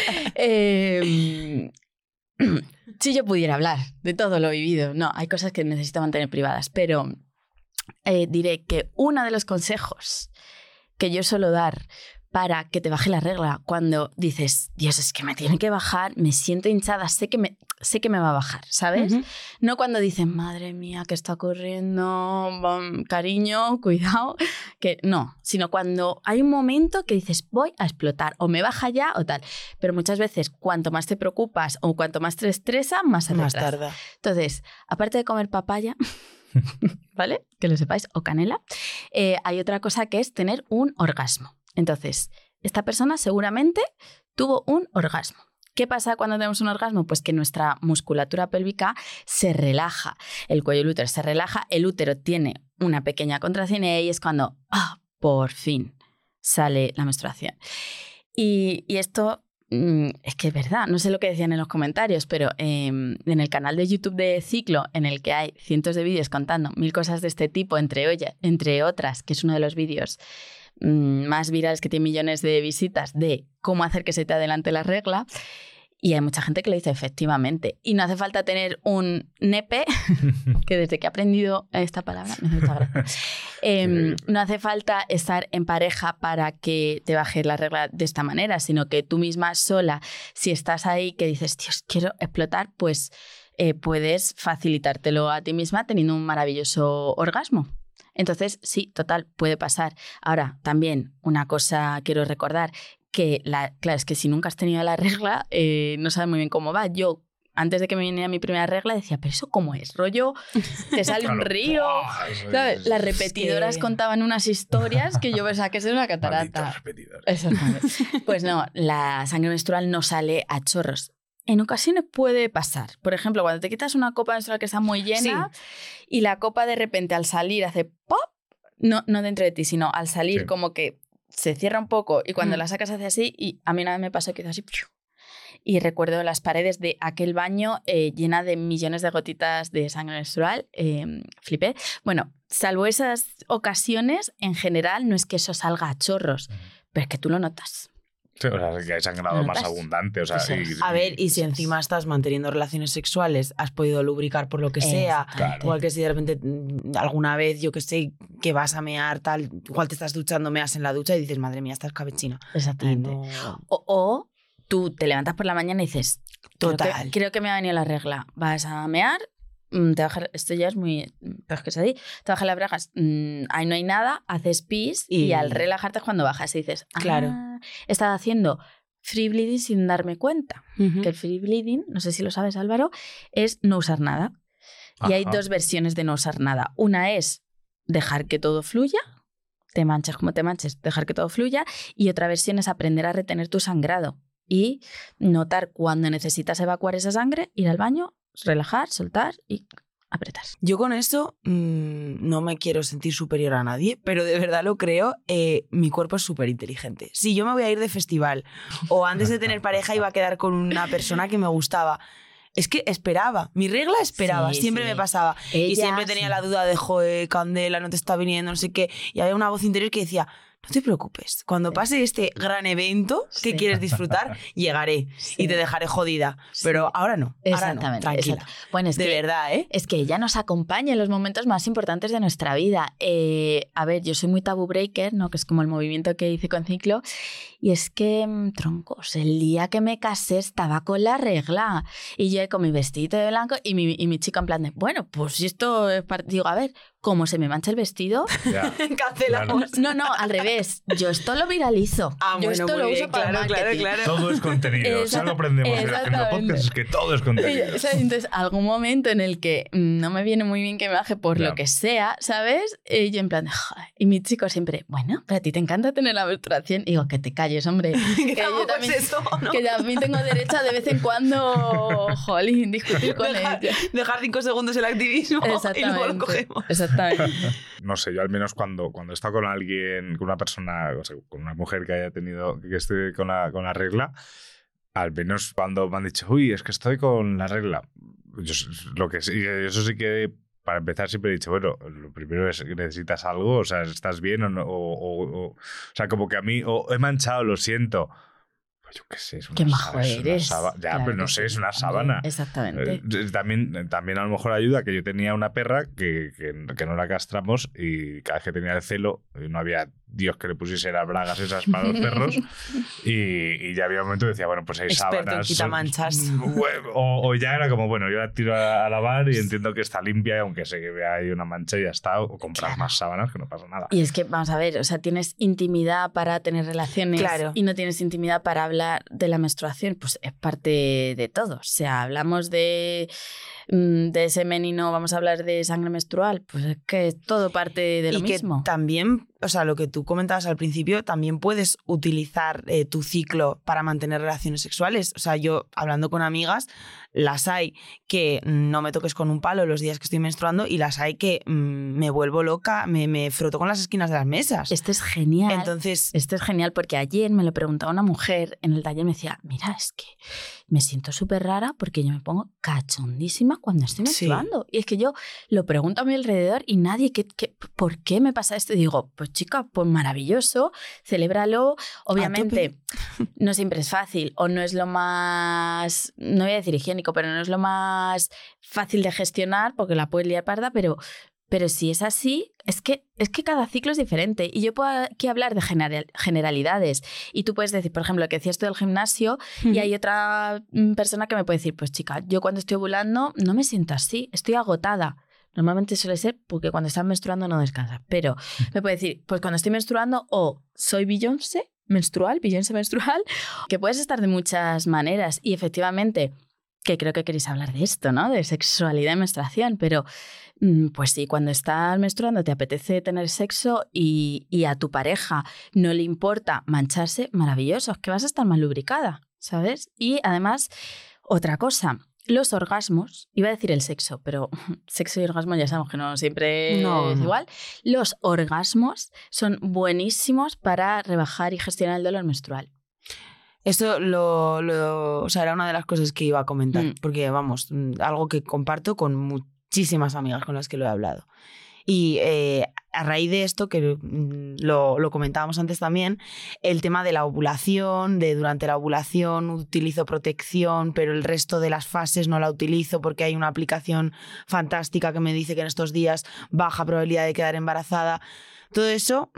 Si yo pudiera hablar de todo lo vivido, no, hay cosas que necesito mantener privadas, pero diré que uno de los consejos que yo suelo dar para que te baje la regla cuando dices, Dios, es que me tiene que bajar, me siento hinchada, sé que sé que me va a bajar, ¿sabes? No cuando dicen, madre mía, ¿qué está ocurriendo? Cariño, cuidado. Que no, sino cuando hay un momento que dices, voy a explotar, o me baja ya o tal. Pero muchas veces, cuanto más te preocupas o cuanto más te estresa, más tarda. Entonces, aparte de comer papaya, ¿vale? Que lo sepáis, o canela, hay otra cosa que es tener un orgasmo. Entonces, esta persona seguramente tuvo un orgasmo. ¿Qué pasa cuando tenemos un orgasmo? Pues que nuestra musculatura pélvica se relaja, el cuello del útero se relaja, el útero tiene una pequeña contracción y ahí es cuando, por fin, sale la menstruación. Y esto es que es verdad, no sé lo que decían en los comentarios, pero en el canal de YouTube de Ciclo, en el que hay cientos de vídeos contando 1000 cosas de este tipo, entre otras, que es uno de los vídeos más virales que tiene millones de visitas, de cómo hacer que se te adelante la regla. Y hay mucha gente que lo dice efectivamente. Y no hace falta tener un nepe, que desde que he aprendido esta palabra me hace mucha gracia. No hace falta estar en pareja para que te baje la regla de esta manera, sino que tú misma sola, si estás ahí que dices, Dios, quiero explotar, pues puedes facilitártelo a ti misma teniendo un maravilloso orgasmo. Entonces, sí, total, puede pasar. Ahora, también una cosa quiero recordar, que claro, es que si nunca has tenido la regla, no sabes muy bien cómo va. Yo, antes de que me viniera mi primera regla, decía, ¿pero eso cómo es? ¿Rollo? ¿Te sale un río? ¿Sabes? Las repetidoras contaban unas historias que yo pensaba que es una catarata. Exactamente. Pues no, la sangre menstrual no sale a chorros. En ocasiones puede pasar. Por ejemplo, cuando te quitas una copa menstrual que está muy llena y la copa de repente al salir hace pop, no dentro de ti, sino al salir como que se cierra un poco y cuando la sacas hace así, y a mí una vez me pasó que hizo así. Y recuerdo las paredes de aquel baño llena de millones de gotitas de sangre menstrual. Flipé. Bueno, salvo esas ocasiones, en general no es que eso salga a chorros, pero es que tú lo notas. Sí, o sea, que hay sangrado más abundante. O sea, a ver, y si encima estás manteniendo relaciones sexuales, has podido lubricar por lo que sea, igual que si de repente alguna vez, yo que sé, que vas a mear, tal, igual te estás duchando, meas en la ducha y dices, madre mía, estás cabechina. Exactamente. No... O tú te levantas por la mañana y dices, total, creo que me ha venido la regla. Vas a mear, te baja, esto ya es muy pesquesadí, te bajan las bragas, ahí no hay nada, haces pis y al relajarte es cuando bajas y dices, claro, he estado haciendo free bleeding sin darme cuenta. Que el free bleeding, no sé si lo sabes, Álvaro, es no usar nada. Y hay dos versiones de no usar nada. Una es dejar que todo fluya, te manches como te manches, dejar que todo fluya, y otra versión es aprender a retener tu sangrado y notar cuando necesitas evacuar esa sangre, ir al baño, relajar, soltar y apretar. Yo con esto no me quiero sentir superior a nadie, pero de verdad lo creo, mi cuerpo es súper inteligente. Si yo me voy a ir de festival o antes de tener pareja iba a quedar con una persona que me gustaba, es que esperaba, mi regla esperaba, siempre me pasaba. Y siempre tenía la duda de, joder, Candela, no te está viniendo, no sé qué. Y había una voz interior que decía, no te preocupes, cuando pase este gran evento que quieres disfrutar, llegaré y te dejaré jodida. Pero ahora no, exactamente, ahora no, tranquila. Bueno, es de verdad, Es que ella nos acompaña en los momentos más importantes de nuestra vida. A ver, yo soy muy tabú breaker, ¿no? Que es como el movimiento que hice con Ciclo. Y es que, troncos, el día que me casé estaba con la regla. Y yo con mi vestidito de blanco y mi chica en plan de, bueno, pues si esto es digo, a ver, como se me mancha el vestido, cancelamos. No, al revés. Yo esto lo viralizo. Yo esto lo uso para marketing. Claro. Todo es contenido. Ya lo aprendemos haciendo podcast, es que todo es contenido. Entonces, algún momento en el que no me viene muy bien que me baje por lo que sea, ¿sabes? Y yo en plan, y mi chico siempre, bueno, pero a ti te encanta tener la menstruación. Y digo, que te calles, hombre. Que yo también, que también tengo derecho a de vez en cuando, jolín, discutir con ella. Dejar 5 segundos el activismo y luego lo cogemos. Exactamente. No sé, yo al menos cuando he estado con alguien, con una persona, o sea, con una mujer que haya tenido, que esté con la regla, al menos cuando me han dicho, uy, es que estoy con la regla, eso sí que, para empezar, siempre he dicho, bueno, lo primero es que necesitas algo, o sea, ¿estás bien o no? O sea, como que a mí, o he manchado, lo siento. Yo qué sé, es una qué majo eres. Ya, claro, pero no sé, es una sábana. Exactamente. También a lo mejor ayuda que yo tenía una perra que no la castramos y cada vez que tenía el celo no había Dios que le pusiese las bragas esas para los perros. Y ya había un momento que decía, bueno, pues hay experto sábanas. en quitamanchas. O ya era como, bueno, yo la tiro a lavar y entiendo que está limpia, y aunque se ve ahí una mancha y ya está, o comprar más sábanas, que no pasa nada. Y es que, vamos a ver, o sea, tienes intimidad para tener relaciones y no tienes intimidad para hablar de la menstruación, pues es parte de todo. O sea, hablamos de semen y no vamos a hablar de sangre menstrual, pues es que es todo parte de lo mismo. Y que también, o sea, lo que tú comentabas al principio, también puedes utilizar tu ciclo para mantener relaciones sexuales. O sea, yo hablando con amigas, las hay que no me toques con un palo los días que estoy menstruando y las hay que me vuelvo loca, me froto con las esquinas de las mesas. Esto es genial. Entonces, esto es genial porque ayer me lo preguntaba una mujer en el taller, me decía, mira, es que me siento súper rara porque yo me pongo cachondísima cuando estoy menstruando. Y es que yo lo pregunto a mi alrededor y nadie, ¿por qué me pasa esto? Y digo, pues chica, pues maravilloso, celébralo. Obviamente no siempre es fácil o no es lo más, no voy a decir higiénico, pero no es lo más fácil de gestionar porque la puedes liar parda, pero si es así, es que cada ciclo es diferente. Y yo puedo aquí hablar de generalidades. Y tú puedes decir, por ejemplo, lo que decías tú del gimnasio, y hay otra persona que me puede decir, pues chica, yo cuando estoy ovulando no me siento así, estoy agotada. Normalmente suele ser porque cuando estás menstruando no descansas. Pero me puede decir, pues cuando estoy menstruando, o soy Beyoncé menstrual, que puedes estar de muchas maneras. Y efectivamente, que creo que queréis hablar de esto, ¿no? De sexualidad y menstruación, pero pues sí, cuando estás menstruando te apetece tener sexo y a tu pareja no le importa mancharse, maravilloso, es que vas a estar más lubricada, ¿sabes? Y además, otra cosa, los orgasmos, iba a decir el sexo, pero sexo y orgasmo ya sabemos que no siempre es igual. Los orgasmos son buenísimos para rebajar y gestionar el dolor menstrual. Esto o sea, era una de las cosas que iba a comentar, porque vamos, algo que comparto con muchísimas amigas con las que lo he hablado. Y a raíz de esto, que lo comentábamos antes también, el tema de la ovulación, de durante la ovulación utilizo protección, pero el resto de las fases no la utilizo porque hay una aplicación fantástica que me dice que en estos días baja probabilidad de quedar embarazada. Todo eso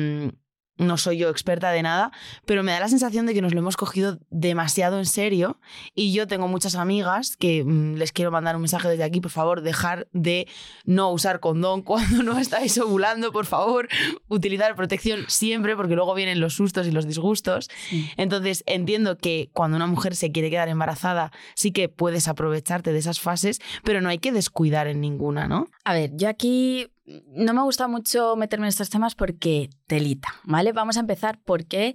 no soy yo experta de nada, pero me da la sensación de que nos lo hemos cogido demasiado en serio y yo tengo muchas amigas que les quiero mandar un mensaje desde aquí, por favor, dejar de no usar condón cuando no estáis ovulando, por favor, utilizar protección siempre porque luego vienen los sustos y los disgustos. Sí. Entonces entiendo que cuando una mujer se quiere quedar embarazada sí que puedes aprovecharte de esas fases, pero no hay que descuidar en ninguna, ¿no? A ver, yo aquí no me gusta mucho meterme en estos temas porque telita, ¿vale? Vamos a empezar porque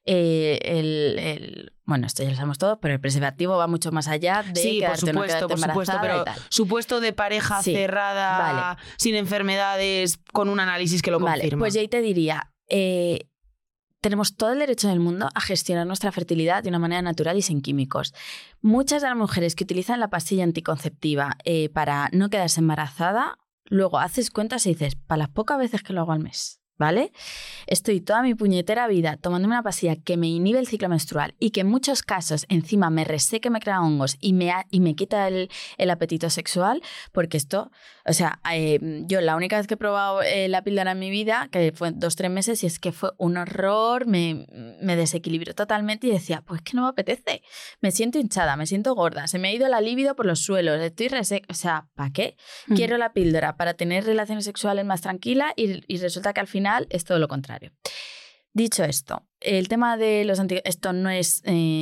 bueno, esto ya lo sabemos todo, pero el preservativo va mucho más allá de quedarte o no quedarte embarazada, pero y tal. Supuesto de pareja cerrada, sin enfermedades, con un análisis que lo confirma. Vale, pues yo ahí te diría, tenemos todo el derecho del mundo a gestionar nuestra fertilidad de una manera natural y sin químicos. Muchas de las mujeres que utilizan la pastilla anticonceptiva para no quedarse embarazada, luego haces cuentas y dices, para las pocas veces que lo hago al mes, ¿vale? Estoy toda mi puñetera vida tomándome una pastilla que me inhibe el ciclo menstrual y que en muchos casos encima me reseque, me crea hongos y me quita el apetito sexual, porque esto, o sea, yo la única vez que he probado la píldora en mi vida, que fue 2-3 meses, y es que fue un horror, me desequilibró totalmente y decía, pues que no me apetece, me siento hinchada, me siento gorda, se me ha ido la libido por los suelos, estoy reseca, o sea, ¿para qué? Quiero la píldora para tener relaciones sexuales más tranquilas y resulta que al final es todo lo contrario. Dicho esto, el tema de los esto no es,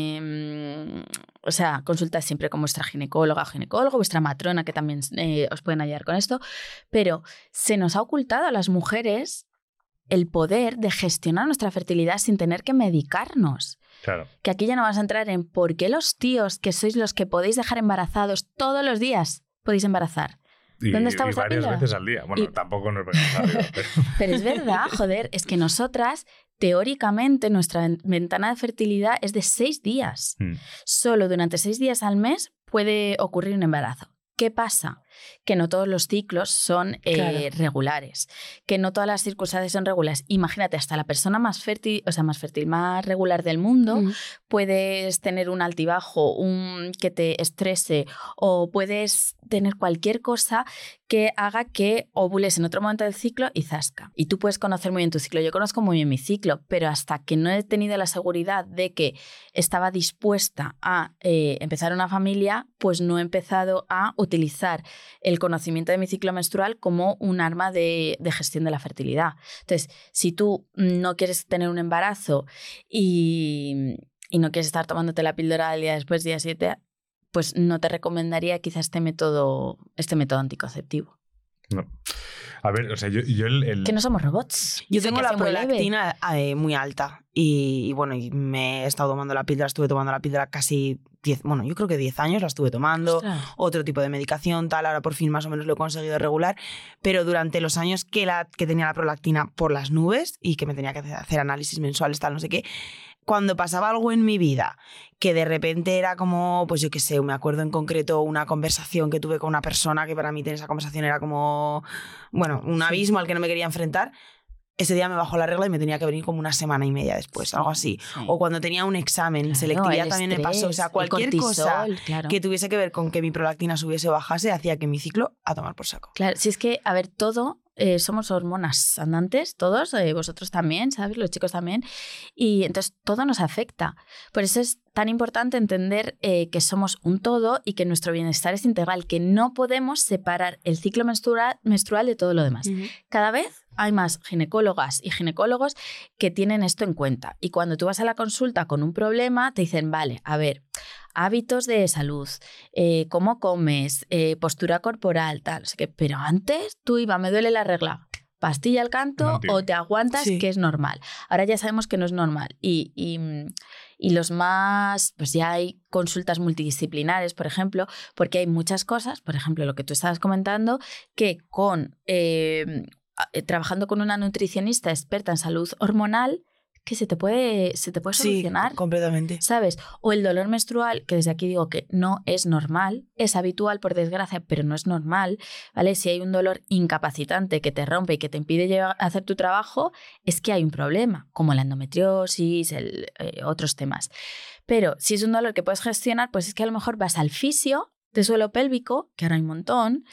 o sea, consultad siempre con vuestra ginecóloga o ginecólogo, vuestra matrona, que también os pueden ayudar con esto, pero se nos ha ocultado a las mujeres el poder de gestionar nuestra fertilidad sin tener que medicarnos. Claro. Que aquí ya no vas a entrar en por qué los tíos, que sois los que podéis dejar embarazados todos los días, podéis embarazar. ¿Dónde está vuestra varias píldora? veces al día. Bueno, tampoco no es necesario. Pero es verdad, joder, es que nosotras, teóricamente, nuestra ventana de fertilidad es de 6 días. Solo durante 6 días al mes puede ocurrir un embarazo. ¿Qué pasa? que no todos los ciclos son regulares, que no todas las circunstancias son regulares. Imagínate, hasta la persona más fértil, más regular del mundo, puedes tener un altibajo, que te estrese, o puedes tener cualquier cosa que haga que ovules en otro momento del ciclo y zasca. Y tú puedes conocer muy bien tu ciclo. Yo conozco muy bien mi ciclo, pero hasta que no he tenido la seguridad de que estaba dispuesta a empezar una familia, pues no he empezado a utilizar el conocimiento de mi ciclo menstrual como un arma de gestión de la fertilidad. Entonces, si tú no quieres tener un embarazo y no quieres estar tomándote la píldora al día después, día 7, pues no te recomendaría quizás este método anticonceptivo. No. A ver, o sea, yo que no somos robots. Yo tengo la prolactina muy alta y bueno, y me he estado tomando la píldora, estuve tomando la píldora casi 10, bueno, yo creo que 10 años la estuve tomando. Ostras. Otro tipo de medicación, tal, ahora por fin más o menos lo he conseguido regular, pero durante los años que tenía la prolactina por las nubes y que me tenía que hacer análisis mensuales, tal, no sé qué, cuando pasaba algo en mi vida que de repente era como, pues yo qué sé, me acuerdo en concreto una conversación que tuve con una persona que para mí tener esa conversación era como, bueno, un abismo al que no me quería enfrentar, ese día me bajó la regla y me tenía que venir como una semana y media después, algo así. Sí. O cuando tenía un examen, selectividad también me pasó. O sea, cualquier cosa que tuviese que ver con que mi prolactina subiese o bajase hacía que mi ciclo a tomar por saco. Claro, si es que, a ver, todo... somos hormonas andantes, todos, vosotros también, ¿sabes? Los chicos también. Y entonces todo nos afecta. Por eso es tan importante entender que somos un todo y que nuestro bienestar es integral, que no podemos separar el ciclo menstrual de todo lo demás. Cada vez hay más ginecólogas y ginecólogos que tienen esto en cuenta. Y cuando tú vas a la consulta con un problema, te dicen, vale, a ver, hábitos de salud, cómo comes, postura corporal, tal, no sé qué. Pero antes tú me duele la regla, pastilla al canto o te aguantas, que es normal. Ahora ya sabemos que no es normal. Y los más, pues ya hay consultas multidisciplinares, por ejemplo, porque hay muchas cosas, por ejemplo, lo que tú estabas comentando, que trabajando con una nutricionista experta en salud hormonal, que se te puede solucionar. Sí, completamente. ¿Sabes? O el dolor menstrual, que desde aquí digo que no es normal, es habitual por desgracia, pero no es normal, ¿vale? Si hay un dolor incapacitante que te rompe y que te impide hacer tu trabajo, es que hay un problema, como la endometriosis, otros temas. Pero si es un dolor que puedes gestionar, pues es que a lo mejor vas al fisio de suelo pélvico, que ahora hay un montón,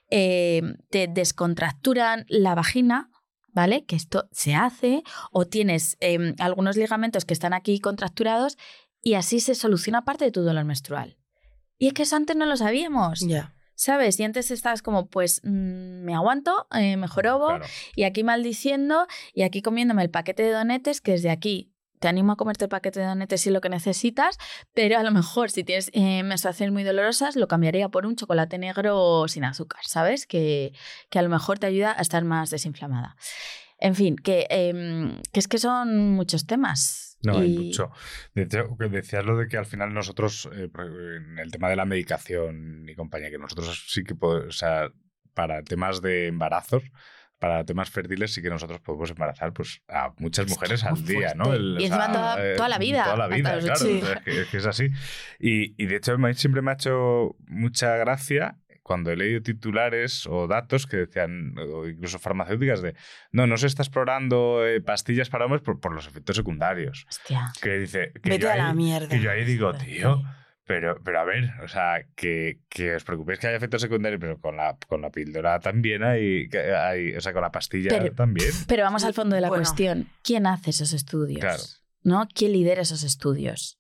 te descontracturan la vagina, ¿vale? Que esto se hace, o tienes algunos ligamentos que están aquí contracturados y así se soluciona parte de tu dolor menstrual. Y es que eso antes no lo sabíamos. Yeah. ¿Sabes? Y antes estabas como, pues me aguanto, me jorobo, claro. Y aquí maldiciendo y aquí comiéndome el paquete de donetes, que desde aquí te animo a comerte el paquete de donetes si es lo que necesitas, pero a lo mejor si tienes menstruaciones muy dolorosas lo cambiaría por un chocolate negro sin azúcar, ¿sabes? Que a lo mejor te ayuda a estar más desinflamada. En fin, que es que son muchos temas. No, hay mucho. Decías lo de que al final nosotros, en el tema de la medicación y compañía, que nosotros sí que podemos, o sea, para temas de embarazos, para temas fértiles sí que nosotros podemos embarazar pues a muchas mujeres al día, ¿no? Y encima toda la vida. Toda la vida, claro. Sí. Es que es así. Y de hecho siempre me ha hecho mucha gracia cuando he leído titulares o datos que decían, o incluso farmacéuticas, de no se está explorando pastillas para hombres por los efectos secundarios. Hostia. Que dice... Vete a la mierda. Que yo ahí digo, tío... Pero a ver, o sea, que os preocupéis que haya efectos secundarios, pero con la píldora también hay, o sea, con la pastilla también. Pero vamos al fondo de la cuestión. ¿Quién hace esos estudios? Claro. ¿No? ¿Quién lidera esos estudios?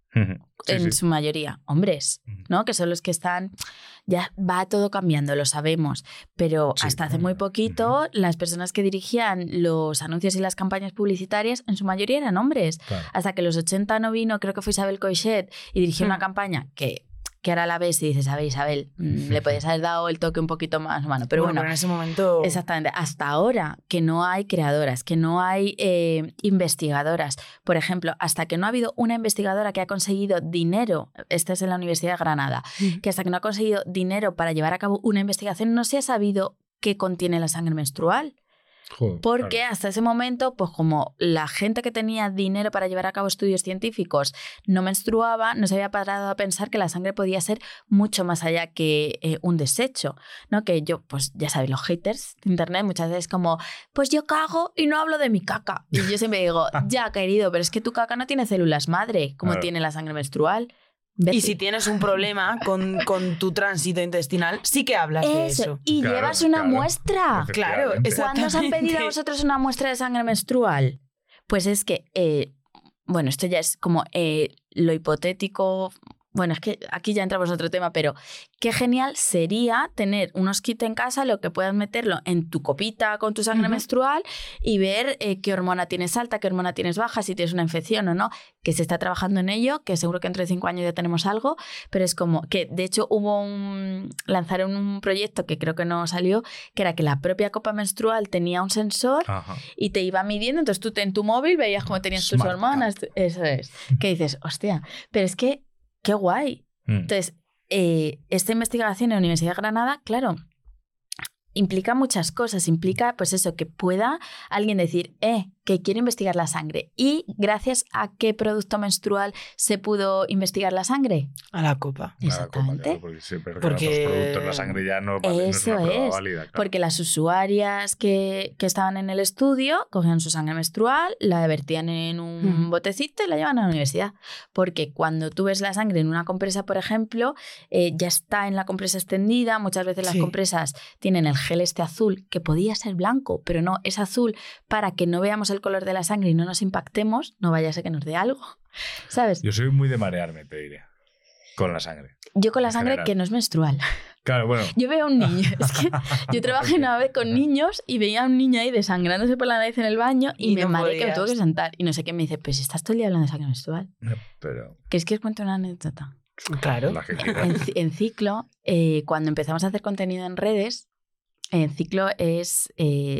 En su mayoría, hombres, ¿no? Que son los que están... Ya va todo cambiando, lo sabemos, pero hasta hace muy poquito las personas que dirigían los anuncios y las campañas publicitarias en su mayoría eran hombres. Claro. Hasta que los 80 no vino, creo que fue Isabel Coixet, y dirigió una campaña que ahora la ves y dices, a ver, Isabel, le podías haber dado el toque un poquito más humano. Pero bueno, en ese momento... Exactamente. Hasta ahora, que no hay creadoras, que no hay investigadoras. Por ejemplo, hasta que no ha habido una investigadora que ha conseguido dinero, esta es en la Universidad de Granada, que hasta que no ha conseguido dinero para llevar a cabo una investigación, no se ha sabido qué contiene la sangre menstrual. Joder, porque claro. hasta ese momento, pues como la gente que tenía dinero para llevar a cabo estudios científicos no menstruaba, no se había parado a pensar que la sangre podía ser mucho más allá que un desecho, ¿no? Que yo, pues ya sabéis, los haters de internet muchas veces como, pues yo cago y no hablo de mi caca. Y yo siempre digo, ya querido, pero es que tu caca no tiene células madre, como tiene la sangre menstrual. Y si tienes un problema con tu tránsito intestinal, sí que hablas de eso. Y llevas una muestra. Claro, ¿Cuándo os han pedido a vosotros una muestra de sangre menstrual? Pues es que, bueno, esto ya es como lo hipotético. Bueno, es que aquí ya entramos en otro tema, pero qué genial sería tener unos kits en casa, lo que puedas meterlo en tu copita con tu sangre menstrual y ver qué hormona tienes alta, qué hormona tienes baja, si tienes una infección o no, que se está trabajando en ello, que seguro que entre 5 años ya tenemos algo, pero es como que de hecho lanzaron un proyecto que creo que no salió, que era que la propia copa menstrual tenía un sensor y te iba midiendo, entonces tú en tu móvil veías cómo tenías tus hormonas, eso es, que dices, hostia, pero es que ¡qué guay! Entonces, esta investigación en la Universidad de Granada, claro, implica muchas cosas. Implica, pues eso, que pueda alguien decir, que quiero investigar la sangre. ¿Y gracias a qué producto menstrual se pudo investigar la sangre? A la copa. Exactamente. A la copa, claro, porque los productos, la sangre ya no vale, eso no es una prueba es, válida. Claro. porque las usuarias que estaban en el estudio cogían su sangre menstrual, la vertían en un botecito y la llevan a la universidad. Porque cuando tú ves la sangre en una compresa, por ejemplo, ya está en la compresa extendida. Muchas veces las compresas tienen el gel este azul, que podía ser blanco, pero no, es azul para que no veamos el color de la sangre y no nos impactemos, no vaya a ser que nos dé algo, ¿sabes? Yo soy muy de marearme, te diré, con la sangre. Yo con la sangre general. que no es menstrual. Claro, bueno. Yo veo a un niño, es que yo trabajé una vez con niños y veía a un niño ahí desangrándose por la nariz en el baño y me mareé que me tuve que sentar. Y no sé qué me dice, pues estás todo el día hablando de sangre menstrual. Pero... ¿Queréis que os cuente una anécdota? Claro. En Ciclo, cuando empezamos a hacer contenido en redes, en Ciclo es...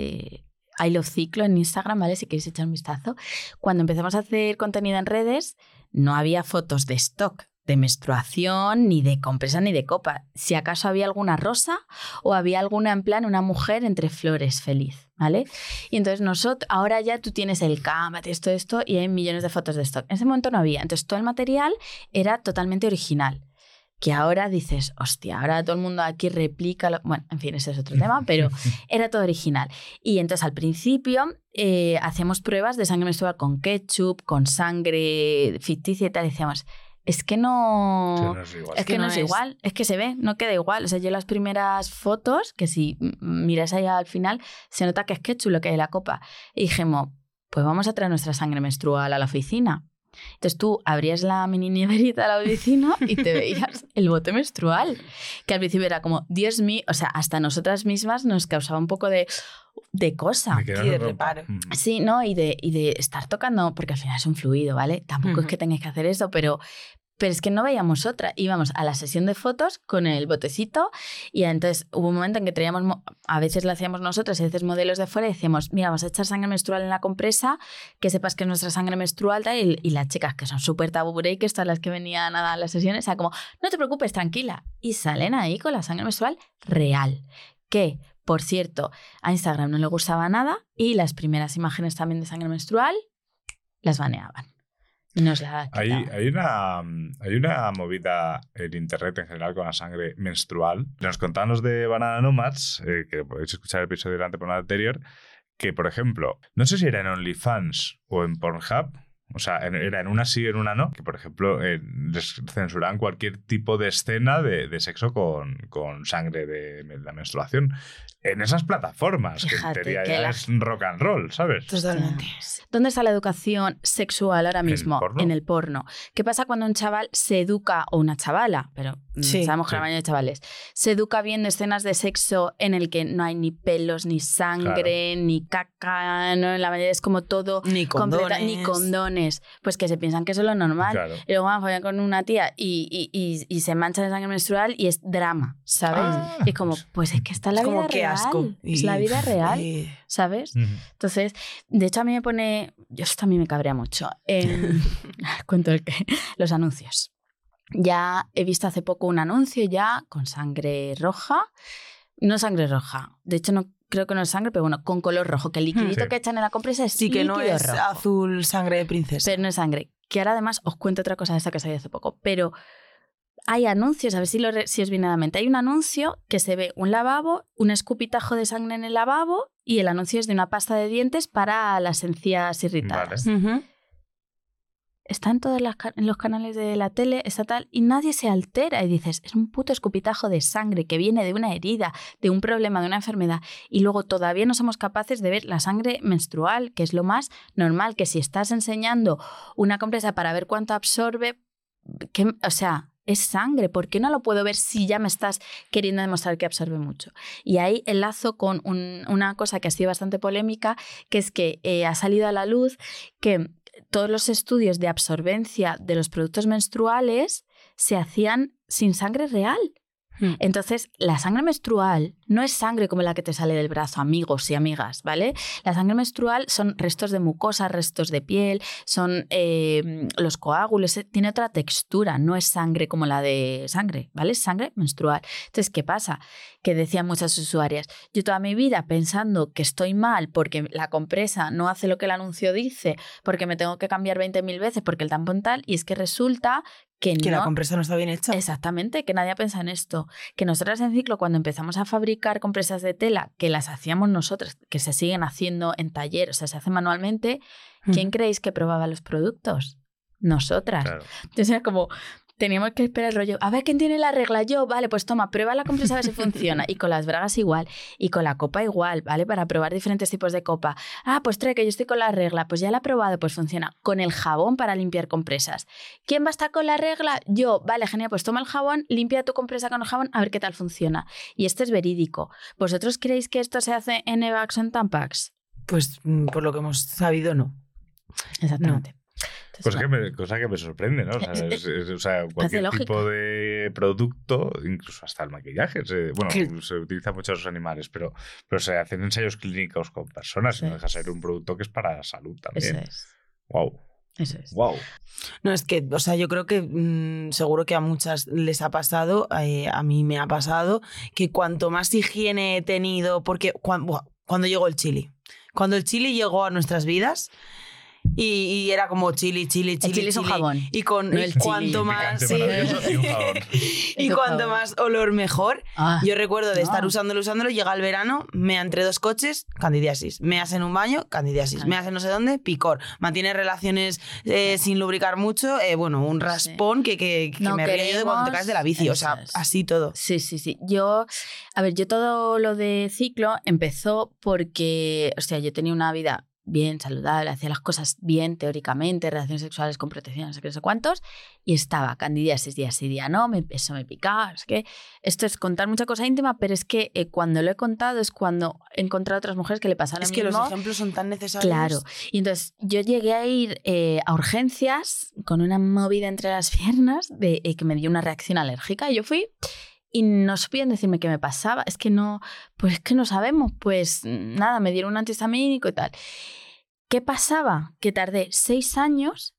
I Love Ciclo en Instagram, ¿vale? Si queréis echar un vistazo. Cuando empezamos a hacer contenido en redes, no había fotos de stock, de menstruación, ni de compresa, ni de copa. Si acaso había alguna rosa o había alguna en plan una mujer entre flores feliz, ¿vale? Y entonces ahora ya tú tienes el Canva, todo esto y hay millones de fotos de stock. En ese momento no había. Entonces todo el material era totalmente original. Que ahora dices, hostia, ahora todo el mundo aquí replica... Bueno, en fin, ese es otro tema, pero era todo original. Y entonces al principio hacíamos pruebas de sangre menstrual con ketchup, con sangre ficticia y tal. Y decíamos, es que no... Sí, no es igual. Es que no es igual, es que se ve, no queda igual. O sea, yo las primeras fotos, que si miras ahí al final, se nota que es ketchup lo que hay en la copa. Y dijimos, pues vamos a traer nuestra sangre menstrual a la oficina. Entonces tú abrías la mini neverita de la oficina y te veías el bote menstrual, que al principio era como, Dios mío, o sea, hasta nosotras mismas nos causaba un poco de cosa. Y de reparo. Sí, ¿no? Y de estar tocando, porque al final es un fluido, ¿vale? Tampoco es que tengáis que hacer eso, pero es que no veíamos otra. Íbamos a la sesión de fotos con el botecito y entonces hubo un momento en que traíamos, a veces lo hacíamos nosotros y a veces modelos de fuera y decíamos, mira, vamos a echar sangre menstrual en la compresa, que sepas que es nuestra sangre menstrual y las chicas que son súper tabú breakers, todas las que venían a las sesiones, o sea, como, no te preocupes, tranquila. Y salen ahí con la sangre menstrual real. Que, por cierto, a Instagram no le gustaba nada y las primeras imágenes también de sangre menstrual las baneaban. Hay una movida en internet en general con la sangre menstrual. Nos contaban los de Banana Nomads, que podéis escuchar el episodio del anterior, que, por ejemplo, no sé si era en OnlyFans o en Pornhub, o sea, era en una sí y en una no, que, por ejemplo, les censuraban cualquier tipo de escena de sexo con sangre de la menstruación. En esas plataformas, fíjate, que en teoría ya es rock and roll, ¿sabes? Totalmente. ¿Dónde está la educación sexual ahora mismo? En el porno. ¿Qué pasa cuando un chaval se educa, o una chavala, pero sabemos que la mayoría de chavales, se educa viendo escenas de sexo en el que no hay ni pelos, ni sangre, ni caca, ¿no? La mayoría es como todo... Ni condones. Pues que se piensan que eso es lo normal. Claro. Y luego van a follar con una tía y se mancha de sangre menstrual y es drama, ¿sabes? Y es como, pues es que está la vida real. Asco. Es la vida real, ¿sabes? Entonces, de hecho a mí me pone... Esto a mí me cabrea mucho. Cuento los anuncios. Ya he visto hace poco un anuncio ya con sangre roja. No sangre roja. De hecho, no creo que no es sangre, pero bueno, con color rojo, que el liquidito que echan en la compresa es que no es rojo. Azul sangre de princesa. Pero no es sangre. Que ahora además os cuento otra cosa de esta que salió hace poco, pero hay anuncios, a ver si os viene a la mente. Hay un anuncio que se ve un lavabo, un escupitajo de sangre en el lavabo y el anuncio es de una pasta de dientes para las encías irritadas. Vale. Está en todos los canales de la tele estatal y nadie se altera y dices, es un puto escupitajo de sangre que viene de una herida, de un problema, de una enfermedad y luego todavía no somos capaces de ver la sangre menstrual, que es lo más normal, que si estás enseñando una compresa para ver cuánto absorbe, es sangre, ¿por qué no lo puedo ver si ya me estás queriendo demostrar que absorbe mucho? Y ahí enlazo con una cosa que ha sido bastante polémica, que es que ha salido a la luz que todos los estudios de absorbencia de los productos menstruales se hacían sin sangre real. Entonces, la sangre menstrual no es sangre como la que te sale del brazo, amigos y amigas, ¿vale? La sangre menstrual son restos de mucosa, restos de piel, son los coágulos, tiene otra textura, no es sangre como la de sangre, ¿vale? Es sangre menstrual. Entonces, ¿qué pasa? Que decían muchas usuarias, yo toda mi vida pensando que estoy mal porque la compresa no hace lo que el anuncio dice, porque me tengo que cambiar 20.000 veces, porque el tampón tal, y es que resulta que no. La compresa no está bien hecha. Exactamente, que nadie piensa en esto. Que nosotras en Ciclo, cuando empezamos a fabricar compresas de tela, que las hacíamos nosotras, que se siguen haciendo en taller, o sea, se hacen manualmente, ¿quién creéis que probaba los productos? Nosotras. Claro. Entonces era como, teníamos que esperar el rollo, a ver quién tiene la regla, yo, vale, pues toma, prueba la compresa a ver si funciona. Y con las bragas igual, y con la copa igual, ¿vale? Para probar diferentes tipos de copa. Pues trae que yo estoy con la regla, pues ya la he probado, pues funciona. Con el jabón para limpiar compresas. ¿Quién va a estar con la regla? Yo, vale, genial, pues toma el jabón, limpia tu compresa con el jabón, a ver qué tal funciona. Y esto es verídico. ¿Vosotros creéis que esto se hace en Evax o en Tampax? Pues por lo que hemos sabido, no. Exactamente. No. Cosa que me sorprende, ¿no? O sea, cualquier tipo de producto, incluso hasta el maquillaje, se utiliza mucho a los animales, pero se hacen ensayos clínicos con personas y no deja ser un producto que es para la salud también. Eso es. Wow. Eso es. Wow. No, es que, o sea, yo creo que seguro que a muchas les ha pasado, a mí me ha pasado, que cuanto más higiene he tenido, porque cuando llegó el chili, cuando el chili llegó a nuestras vidas, y era como chili. El chili es un jabón. Y cuanto más y cuanto más olor mejor. Yo recuerdo de estar usándolo, llega el verano, mea entre dos coches, candidiasis. Meas en un baño, candidiasis. Meas en no sé dónde, picor. Mantiene relaciones sin lubricar mucho, un raspón que me río de cuando te caes de la bici. O sea, así todo. Sí. Yo todo lo de Ciclo empezó porque, yo tenía una vida bien saludable, hacía las cosas bien teóricamente, relaciones sexuales con protección, no sé qué, no sé cuántos, y estaba candidiasis día sí, día no, eso me picaba, es que esto es contar mucha cosa íntima, pero es que cuando lo he contado es cuando he encontrado otras mujeres que le pasan lo mismo. Es que los ejemplos son tan necesarios. Claro, y entonces yo llegué a ir a urgencias con una movida entre las piernas de que me dio una reacción alérgica y yo fui. Y no supieron decirme qué me pasaba. Es que no sabemos. Pues nada, me dieron un antihistamínico y tal. ¿Qué pasaba? Que tardé 6 años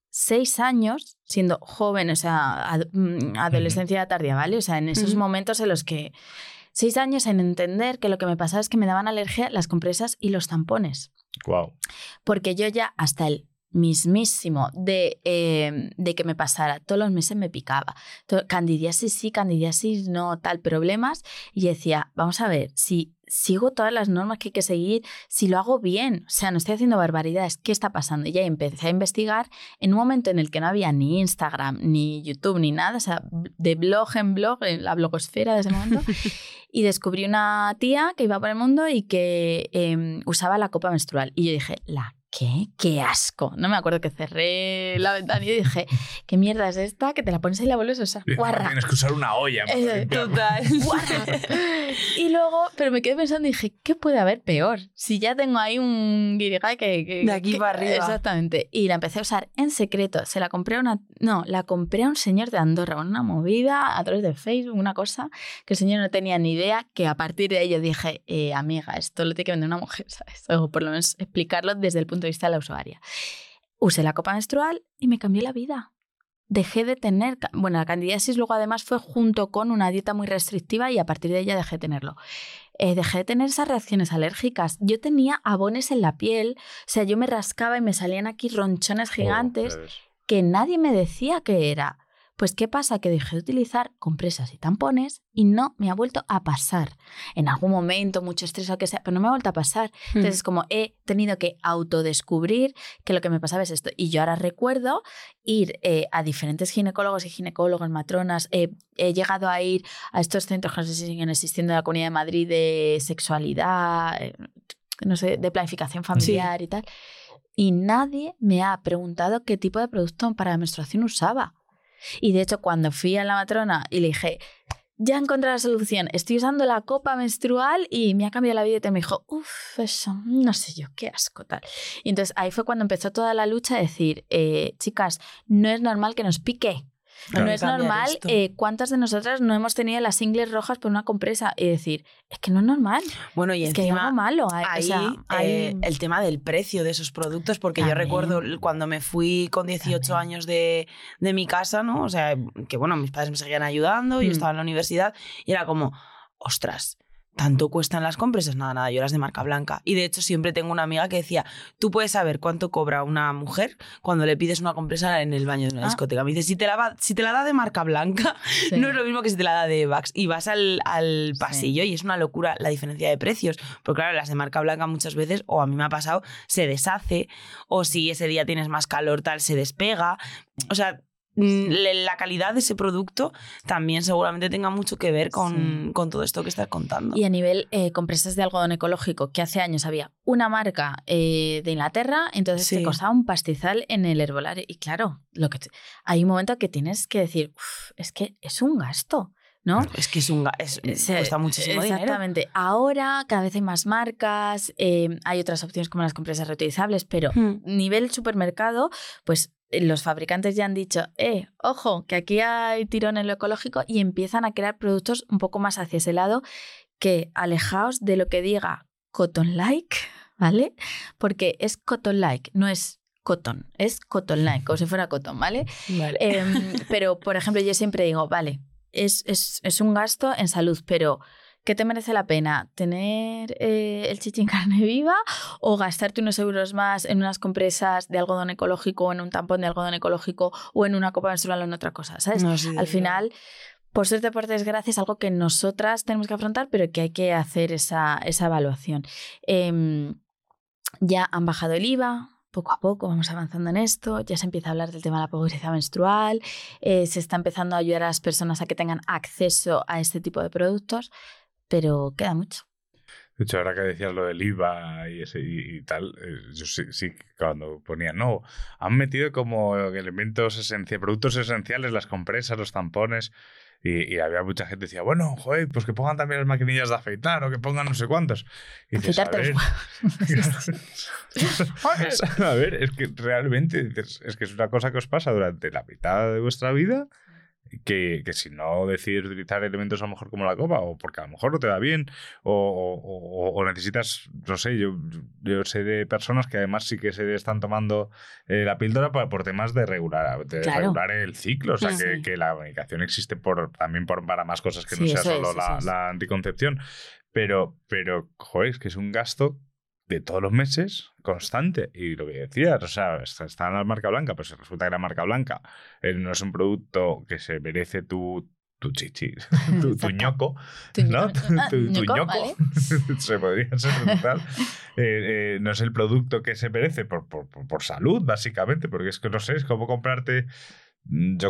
siendo joven, o sea, adolescencia tardía, ¿vale? O sea, en esos momentos en los que 6 años en entender que lo que me pasaba es que me daban alergia las compresas y los tampones. Wow. Porque yo ya hasta el mismísimo de que me pasara, todos los meses me picaba. Candidiasis sí, candidiasis no, tal, problemas. Y decía, vamos a ver, si sigo todas las normas que hay que seguir, si lo hago bien, o sea, no estoy haciendo barbaridades, ¿qué está pasando? Y ya empecé a investigar en un momento en el que no había ni Instagram, ni YouTube, ni nada, o sea, de blog en blog, en la blogosfera de ese momento, y descubrí una tía que iba por el mundo y que usaba la copa menstrual. Y yo dije, ¿qué? ¡Qué asco! No me acuerdo, que cerré la ventana y dije, ¿qué mierda es esta? Que te la pones y la vuelves a usar. ¡Guarra! Tienes que usar una olla. Total. ¡Guarra! Y luego, pero me quedé pensando y dije, ¿qué puede haber peor? Si ya tengo ahí un guirigay que de aquí para arriba. Exactamente. Y la empecé a usar en secreto. La compré a un señor de Andorra, con una movida a través de Facebook, una cosa que el señor no tenía ni idea, que a partir de ahí yo dije, amiga, esto lo tiene que vender una mujer, ¿sabes? O por lo menos explicarlo desde el punto de vista de la usuaria. Usé la copa menstrual y me cambió la vida. Dejé de tener... Bueno, la candidiasis luego además fue junto con una dieta muy restrictiva y a partir de ella dejé de tenerlo. dejé de tener esas reacciones alérgicas. Yo tenía abones en la piel, o sea, yo me rascaba y me salían aquí ronchones gigantes que nadie me decía qué era. Pues ¿qué pasa? Que dejé de utilizar compresas y tampones y no me ha vuelto a pasar. En algún momento, mucho estrés o lo que sea, pero no me ha vuelto a pasar. Entonces, como he tenido que autodescubrir que lo que me pasaba es esto. Y yo ahora recuerdo ir a diferentes ginecólogos y ginecólogas, matronas. He llegado a ir a estos centros que no sé si siguen existiendo en la Comunidad de Madrid de sexualidad, no sé, de planificación familiar y tal. Y nadie me ha preguntado qué tipo de producto para la menstruación usaba. Y de hecho, cuando fui a la matrona y le dije, ya encontré la solución, estoy usando la copa menstrual y me ha cambiado la vida, y me dijo, eso, no sé yo, qué asco, tal. Y entonces ahí fue cuando empezó toda la lucha de decir, chicas, no es normal que nos pique. Claro, no es normal, ¿cuántas de nosotras no hemos tenido las ingles rojas por una compresa? Y decir, es que no es normal. Bueno, y es encima, que hay algo malo. Hay el tema del precio de esos productos, porque también. Yo recuerdo cuando me fui con 18 años de mi casa, ¿no? O sea, que bueno, mis padres me seguían ayudando, yo estaba en la universidad y era como, ostras, ¿tanto cuestan las compresas? Nada, yo las de marca blanca. Y de hecho siempre tengo una amiga que decía, tú puedes saber cuánto cobra una mujer cuando le pides una compresa en el baño de una discoteca. Me dice, si te la da de marca blanca, no es lo mismo que si te la da de Vax. Y vas al pasillo y es una locura la diferencia de precios. Porque claro, las de marca blanca muchas veces, o a mí me ha pasado, se deshace, o si ese día tienes más calor tal, se despega. O sea, la calidad de ese producto también seguramente tenga mucho que ver con todo esto que estás contando. Y a nivel compresas de algodón ecológico, que hace años había una marca de Inglaterra, entonces te costaba un pastizal en el herbolario. Y claro, hay un momento que tienes que decir, es que es un gasto, ¿no? Es que cuesta muchísimo dinero. Exactamente. Ahora cada vez hay más marcas, hay otras opciones como las compresas reutilizables, pero nivel supermercado, pues los fabricantes ya han dicho, ojo, que aquí hay tirón en lo ecológico, y empiezan a crear productos un poco más hacia ese lado, que alejaos de lo que diga cotton-like, ¿vale? Porque es cotton-like, no es cotton, es cotton-like, como si fuera cotton, ¿vale? Pero, por ejemplo, yo siempre digo, vale, es un gasto en salud, pero ¿qué te merece la pena? ¿Tener el chichi en carne viva o gastarte unos euros más en unas compresas de algodón ecológico o en un tampón de algodón ecológico o en una copa menstrual o en otra cosa? ¿Sabes? No, sí, al final, por suerte, por desgracia, es algo que nosotras tenemos que afrontar, pero que hay que hacer esa evaluación. Ya han bajado el IVA. Poco a poco vamos avanzando en esto, ya se empieza a hablar del tema de la pobreza menstrual, se está empezando a ayudar a las personas a que tengan acceso a este tipo de productos, pero queda mucho. De hecho, ahora que decías lo del IVA y tal, yo sí cuando ponía, no, han metido como elementos esenciales, productos esenciales, las compresas, los tampones, y había mucha gente que decía, bueno, joder, pues que pongan también las maquinillas de afeitar o que pongan no sé cuántos. Y dices, a ver, es que realmente es que es una cosa que os pasa durante la mitad de vuestra vida, que si no decides utilizar elementos a lo mejor como la copa, o porque a lo mejor no te da bien, o necesitas, no sé, yo sé de personas que además sí que se están tomando la píldora por temas de regular el ciclo, o sea, que la medicación existe también para más cosas que no sea solo la anticoncepción, pero joder, es que es un gasto de todos los meses, constante. Y lo que decías, o sea, está en la marca blanca, pero si resulta que la marca blanca no es un producto que se merece tu chichi, tu ñoco, ¿no? Tu ñoco, ¿vale? Se podría ser brutal. No es el producto que se merece por salud, básicamente, porque es que no sé, es como comprarte. Yo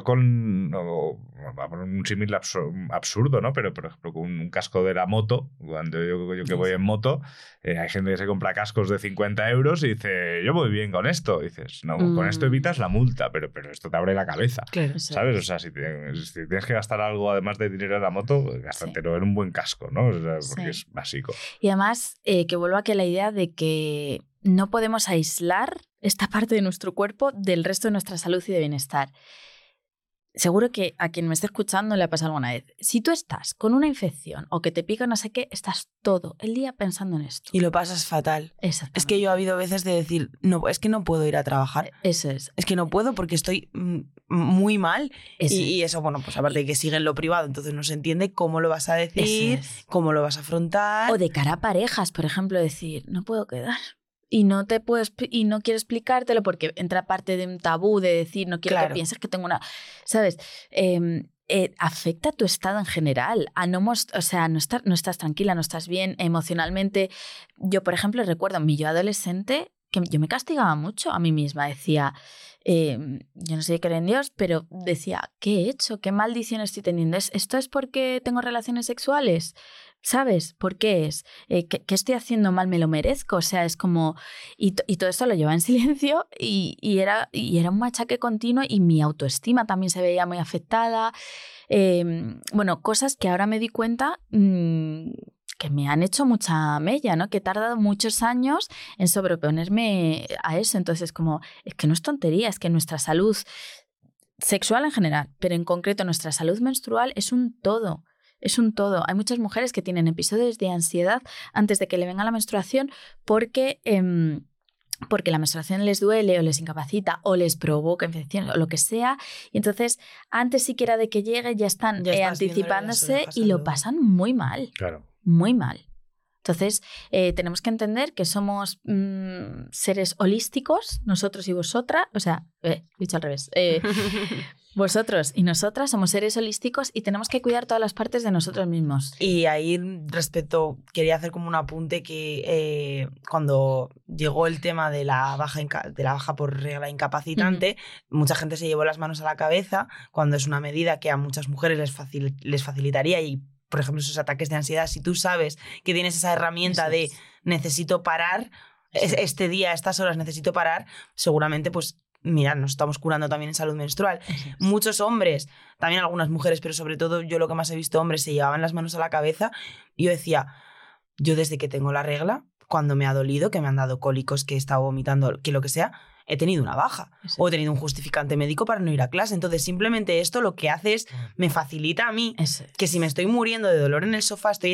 un símil absurdo, ¿no? Pero por ejemplo con un casco de la moto, cuando yo que voy en moto, hay gente que se compra cascos de 50 euros y dice, yo voy bien con esto. Y dices, no, con esto evitas la multa, pero esto te abre la cabeza, claro, ¿sabes? O sea, si tienes que gastar algo además de dinero en la moto, gástatelo en un buen casco, ¿no? O sea, porque es básico. Y además, que vuelvo aquí a la idea de que no podemos aislar esta parte de nuestro cuerpo del resto de nuestra salud y de bienestar. seguro que a quien me esté escuchando le ha pasado alguna vez. Si tú estás con una infección o que te pica no sé qué, estás todo el día pensando en esto. Y lo pasas fatal. Es que yo ha habido veces de decir, no, es que no puedo ir a trabajar. Eso es. Es que no puedo porque estoy muy mal. Y eso, bueno, pues aparte de que sigue en lo privado, entonces no se entiende cómo lo vas a decir, cómo lo vas a afrontar. O de cara a parejas, por ejemplo, decir, no puedo quedar. Y no quiero explicártelo porque entra parte de un tabú de decir, no quiero que pienses que tengo una... ¿Sabes? Afecta tu estado en general. No estás tranquila, no estás bien emocionalmente. Yo, por ejemplo, recuerdo mi yo adolescente que yo me castigaba mucho a mí misma. Decía, yo no sé qué era en Dios, pero decía, ¿qué he hecho? ¿Qué maldición estoy teniendo? ¿Esto es porque tengo relaciones sexuales? ¿Sabes? ¿Por qué es? ¿Qué estoy haciendo mal? ¿Me lo merezco? O sea, es como... Y todo esto lo llevaba en silencio y era un machaque continuo y mi autoestima también se veía muy afectada. Bueno, cosas que ahora me di cuenta que me han hecho mucha mella, ¿no? Que he tardado muchos años en sobreponerme a eso. Entonces, como, es que no es tontería, es que nuestra salud sexual en general, pero en concreto nuestra salud menstrual es un todo. Es un todo. Hay muchas mujeres que tienen episodios de ansiedad antes de que le venga la menstruación porque la menstruación les duele o les incapacita o les provoca infección o lo que sea. Y entonces, antes siquiera de que llegue, ya están anticipándose y lo pasan muy mal. Claro. Muy mal. Entonces, tenemos que entender que somos seres holísticos, nosotros y vosotras. O sea, dicho al revés. Vosotros y nosotras somos seres holísticos y tenemos que cuidar todas las partes de nosotros mismos. Y ahí quería hacer como un apunte que cuando llegó el tema de la baja por regla incapacitante, mucha gente se llevó las manos a la cabeza cuando es una medida que a muchas mujeres les facilitaría y, por ejemplo, esos ataques de ansiedad, si tú sabes que tienes esa herramienta de necesito parar, este día, a estas horas necesito parar, seguramente pues mira, nos estamos curando también en salud menstrual. Muchos hombres, también algunas mujeres, pero sobre todo yo lo que más he visto hombres, se llevaban las manos a la cabeza y yo decía, yo desde que tengo la regla, cuando me ha dolido, que me han dado cólicos, que he estado vomitando, que lo que sea, he tenido una baja o he tenido un justificante médico para no ir a clase. Entonces simplemente esto lo que hace es, me facilita a mí que si me estoy muriendo de dolor en el sofá, estoy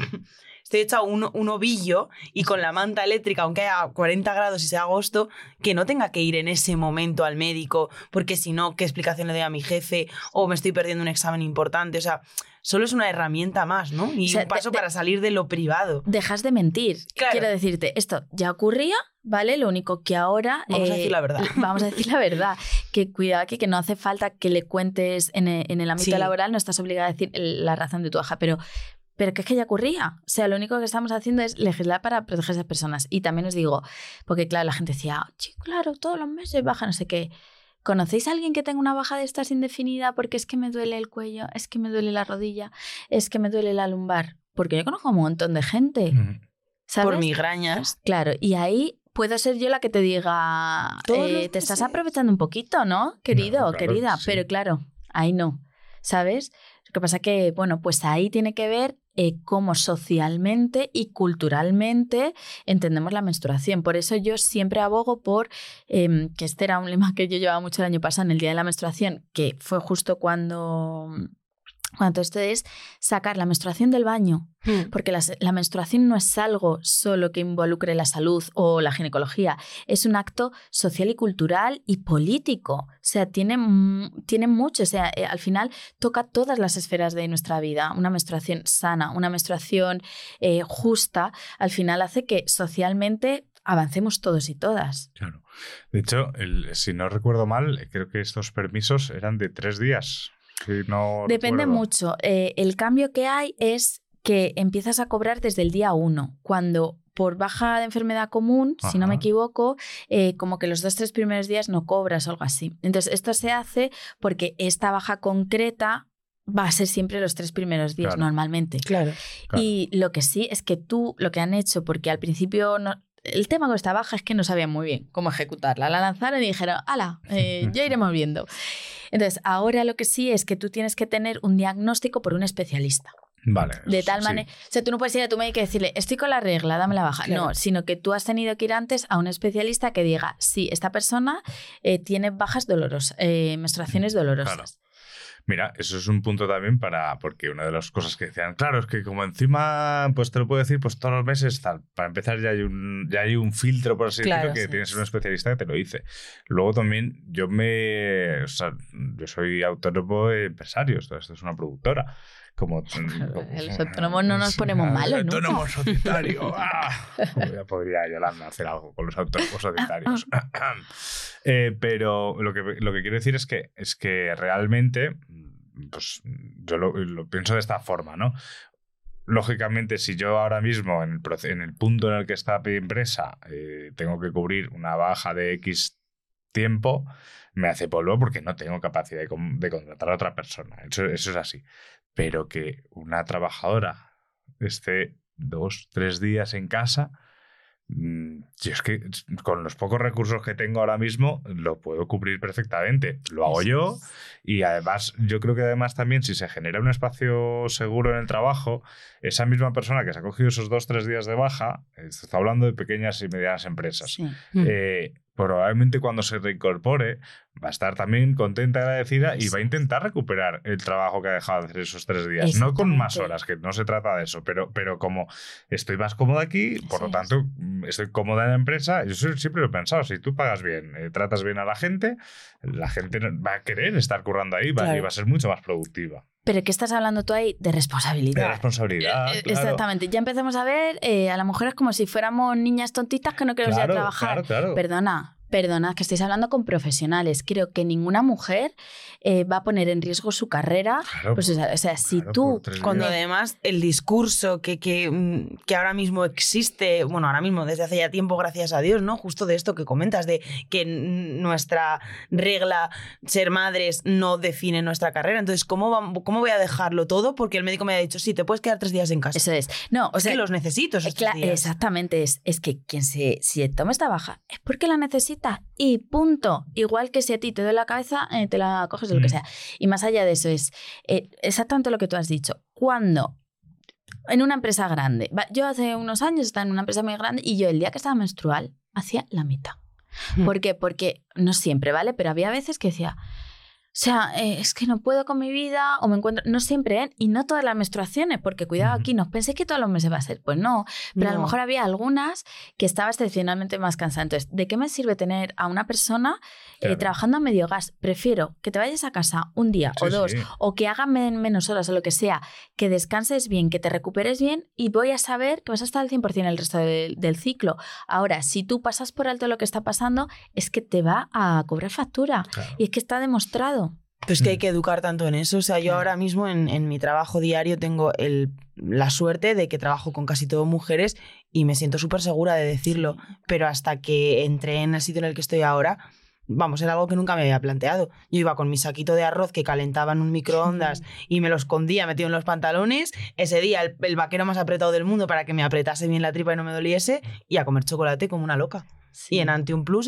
hecha un ovillo y con la manta eléctrica, aunque haya 40 grados y sea agosto, que no tenga que ir en ese momento al médico, porque si no, ¿qué explicación le doy a mi jefe? O me estoy perdiendo un examen importante. O sea, solo es una herramienta más, ¿no? Y un paso para salir de lo privado. Dejas de mentir. Claro. Quiero decirte, esto ya ocurría, ¿vale? Lo único que ahora... Vamos a decir la verdad. Vamos a decir la verdad. Que cuidado aquí, que no hace falta que le cuentes en el ámbito laboral, no estás obligada a decir la razón de tu baja, pero que es que ya ocurría. O sea, lo único que estamos haciendo es legislar para proteger a esas personas. Y también os digo, porque claro, la gente decía, chico, claro, todos los meses baja, no sé qué. ¿Conocéis a alguien que tenga una baja de estas indefinida porque es que me duele el cuello, es que me duele la rodilla, es que me duele la lumbar? Porque yo conozco a un montón de gente. ¿Sabes? Por migrañas. Claro, y ahí puedo ser yo la que te diga, te estás aprovechando un poquito, ¿no? Querido, no, claro, querida, sí. Pero claro, ahí no, ¿sabes? Lo que pasa que, bueno, pues ahí tiene que ver cómo socialmente y culturalmente entendemos la menstruación. Por eso yo siempre abogo por, que este era un lema que yo llevaba mucho el año pasado en el Día de la Menstruación, que fue justo cuando esto es sacar la menstruación del baño, porque la menstruación no es algo solo que involucre la salud o la ginecología, es un acto social y cultural y político, o sea, tiene mucho, o sea, al final toca todas las esferas de nuestra vida. Una menstruación sana, una menstruación justa, al final hace que socialmente avancemos todos y todas. Claro. De hecho, si no recuerdo mal, creo que estos permisos eran de 3 días. No depende recuerdo. Mucho. El cambio que hay es que empiezas a cobrar desde el día 1, cuando por baja de enfermedad común, si no me equivoco, como que los 2-3 primeros días no cobras o algo así. Entonces esto se hace porque esta baja concreta va a ser siempre los 3 primeros días, normalmente. Claro. Y lo que sí es que lo que han hecho, porque al principio el tema con esta baja es que no sabían muy bien cómo ejecutarla. La lanzaron y dijeron, ¡hala! Ya iremos viendo. Entonces, ahora lo que sí es que tú tienes que tener un diagnóstico por un especialista. Vale. De tal manera... O sea, tú no puedes ir a tu médico y decirle, estoy con la regla, dame la baja. Claro. No, sino que tú has tenido que ir antes a un especialista que diga, sí, esta persona tiene bajas dolorosas, menstruaciones dolorosas. Mira, eso es un punto también porque una de las cosas que decían, claro, es que como encima, pues te lo puedo decir, pues todos los meses, tal. Para empezar ya hay un filtro, por así decirlo, que tienes un especialista que te lo dice. Luego también yo soy autónomo empresario, esto es una productora. Los autónomos no nos ponemos malos, ¿no? Autónomo societario. Ya podría Yolanda hacer algo con los autónomos societarios. Pero lo que quiero decir es que realmente, pues yo lo pienso de esta forma, ¿no? Lógicamente, si yo ahora mismo, en el punto en el que está mi empresa, tengo que cubrir una baja de X tiempo, me hace polvo porque no tengo capacidad de contratar a otra persona. Eso es así. Pero que una trabajadora esté 2-3 días en casa, yo es que con los pocos recursos que tengo ahora mismo lo puedo cubrir perfectamente. Lo hago yo y además yo creo que además también si se genera un espacio seguro en el trabajo, esa misma persona que se ha cogido esos 2-3 días de baja, está hablando de pequeñas y medianas empresas, probablemente cuando se reincorpore va a estar también contenta, agradecida y va a intentar recuperar el trabajo que ha dejado de hacer esos 3 días. No con más horas, que no se trata de eso, pero como estoy más cómoda aquí, por lo tanto, estoy cómoda en la empresa. Yo siempre lo he pensado, si tú pagas bien, tratas bien a la gente va a querer estar currando ahí y va a ser mucho más productiva. Pero ¿qué estás hablando tú ahí? De responsabilidad. De responsabilidad, claro. Exactamente. Ya empezamos a ver a las mujeres como si fuéramos niñas tontitas que no queremos ir a trabajar. Claro. Perdona, que estáis hablando con profesionales. Creo que ninguna mujer va a poner en riesgo su carrera. Claro, pues, o sea, si tú... Cuando además el discurso que ahora mismo existe, bueno, ahora mismo desde hace ya tiempo, gracias a Dios, ¿no? Justo de esto que comentas, de que nuestra regla, ser madres, no define nuestra carrera. Entonces, ¿cómo voy a dejarlo todo? Porque el médico me ha dicho, sí, te puedes quedar 3 días en casa. Eso es. No, o sea, que los necesito esos 3 días. Exactamente. Es que si toma esta baja es porque la necesita. Y punto. Igual que si a ti te duele la cabeza, te la coges de lo que sea. Y más allá de eso es exactamente lo que tú has dicho. Cuando en una empresa grande, yo hace unos años estaba en una empresa muy grande y yo el día que estaba menstrual hacía la mitad. ¿Por qué? Porque no siempre, ¿vale? Pero había veces que decía... O sea, es que no puedo con mi vida o me encuentro... No siempre, y no todas las menstruaciones, porque cuidado aquí, no pensé que todos los meses va a ser. Pues no, pero a lo mejor había algunas que estaba excepcionalmente más cansada. Entonces, ¿de qué me sirve tener a una persona trabajando a medio gas? Prefiero que te vayas a casa un día o 2 o que hagan menos horas o lo que sea, que descanses bien, que te recuperes bien y voy a saber que vas a estar al 100% el resto del ciclo. Ahora, si tú pasas por alto lo que está pasando, es que te va a cobrar factura. Claro. Y es que está demostrado. Pues que hay que educar tanto en eso. O sea, yo ahora mismo en mi trabajo diario tengo la suerte de que trabajo con casi todo mujeres y me siento súper segura de decirlo. Pero hasta que entré en el sitio en el que estoy ahora, vamos, era algo que nunca me había planteado. Yo iba con mi saquito de arroz que calentaba en un microondas y me lo escondía metido en los pantalones. Ese día el vaquero más apretado del mundo para que me apretase bien la tripa y no me doliese y a comer chocolate como una loca. Sí. Y en Antium Plus.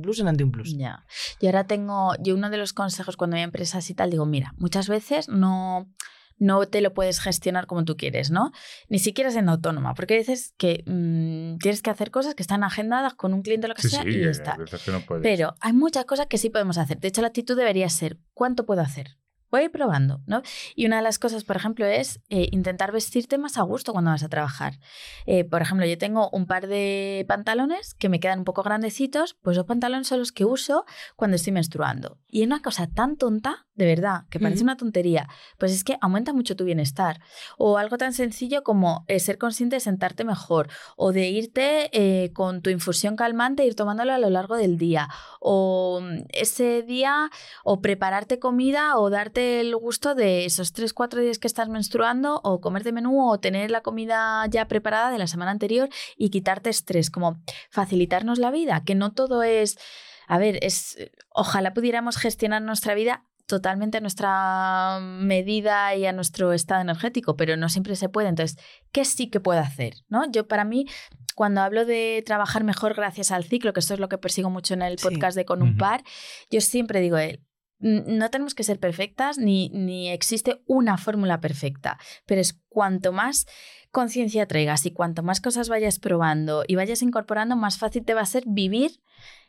Ya. Y ahora yo uno de los consejos cuando hay empresas y tal, digo, mira, muchas veces no te lo puedes gestionar como tú quieres, ¿no? Ni siquiera siendo autónoma, porque hay veces que tienes que hacer cosas que están agendadas con un cliente o lo que sea y ya está. Pero hay muchas cosas que sí podemos hacer. De hecho, la actitud debería ser, ¿cuánto puedo hacer? Voy a ir probando, ¿no? Y una de las cosas, por ejemplo, es intentar vestirte más a gusto cuando vas a trabajar. Por ejemplo, yo tengo un par de pantalones que me quedan un poco grandecitos, pues los pantalones son los que uso cuando estoy menstruando. Y una cosa tan tonta, de verdad, que parece una tontería, pues es que aumenta mucho tu bienestar. O algo tan sencillo como ser consciente de sentarte mejor, o de irte con tu infusión calmante e ir tomándola a lo largo del día, o ese día, o prepararte comida, o darte el gusto de esos 3-4 días que estás menstruando, o comer de menú, o tener la comida ya preparada de la semana anterior y quitarte estrés, como facilitarnos la vida, que no todo es... A ver, ojalá pudiéramos gestionar nuestra vida totalmente a nuestra medida y a nuestro estado energético, pero no siempre se puede. Entonces, ¿qué sí que puedo hacer? ¿No? Yo, para mí, cuando hablo de trabajar mejor gracias al ciclo, que esto es lo que persigo mucho en el podcast de Con un Par, yo siempre digo, no tenemos que ser perfectas ni existe una fórmula perfecta, pero es cuanto más conciencia traigas y cuanto más cosas vayas probando y vayas incorporando, más fácil te va a ser vivir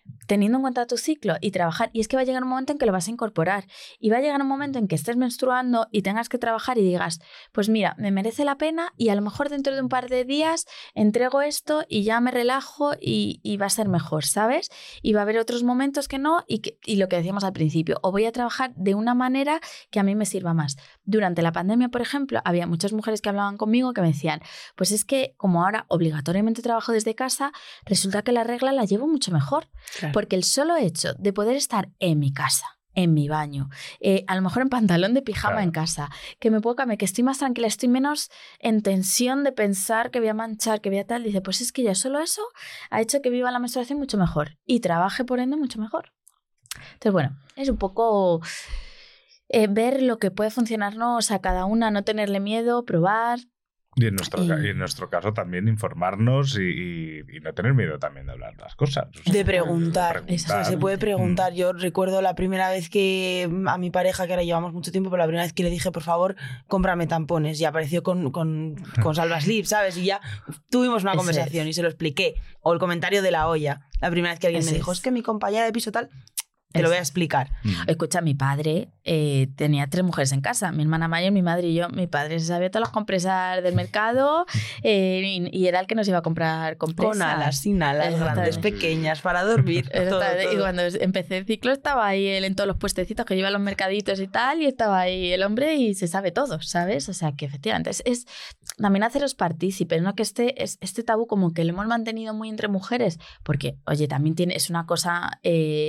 teniendo en cuenta tu ciclo y trabajar, y es que va a llegar un momento en que lo vas a incorporar y va a llegar un momento en que estés menstruando y tengas que trabajar y digas, pues mira, me merece la pena y a lo mejor dentro de un par de días entrego esto y ya me relajo y va a ser mejor, ¿sabes? Y va a haber otros momentos que no y lo que decíamos al principio, o voy a trabajar de una manera que a mí me sirva más. Durante la pandemia, por ejemplo, había muchas mujeres que hablaban conmigo que me decían, pues es que como ahora obligatoriamente trabajo desde casa, resulta que la regla la llevo mucho mejor. Claro. Porque el solo hecho de poder estar en mi casa, en mi baño, a lo mejor en pantalón de pijama en casa, que me puedo cambiar, que estoy más tranquila, estoy menos en tensión de pensar que voy a manchar, que voy a tal, dice, pues es que ya solo eso ha hecho que viva la menstruación mucho mejor y trabaje por ende mucho mejor. Entonces, bueno, es un poco ver lo que puede funcionarnos a cada una, no tenerle miedo, probar. Y en nuestro caso también informarnos y no tener miedo también de hablar las cosas. O sea, de preguntar. Se puede preguntar. Yo recuerdo la primera vez que a mi pareja, que ahora llevamos mucho tiempo, pero la primera vez que le dije, por favor, cómprame tampones. Y apareció con Salvaslip, ¿sabes? Y ya tuvimos una conversación y se lo expliqué. O el comentario de la olla. La primera vez que alguien me dijo, es que mi compañera de piso tal... Te lo voy a explicar. Escucha, mi padre tenía 3 mujeres en casa, mi hermana mayor, mi madre y yo. Mi padre se sabía todas las compresas del mercado y era el que nos iba a comprar compresas. Con alas, sin alas, grandes, pequeñas, para dormir. Todo. Y cuando empecé el ciclo estaba ahí él en todos los puestecitos que lleva a los mercaditos y tal, y estaba ahí el hombre y se sabe todo, ¿sabes? O sea, que efectivamente es también haceros partícipes, ¿no? Que este tabú como que lo hemos mantenido muy entre mujeres, porque, oye, también es una cosa...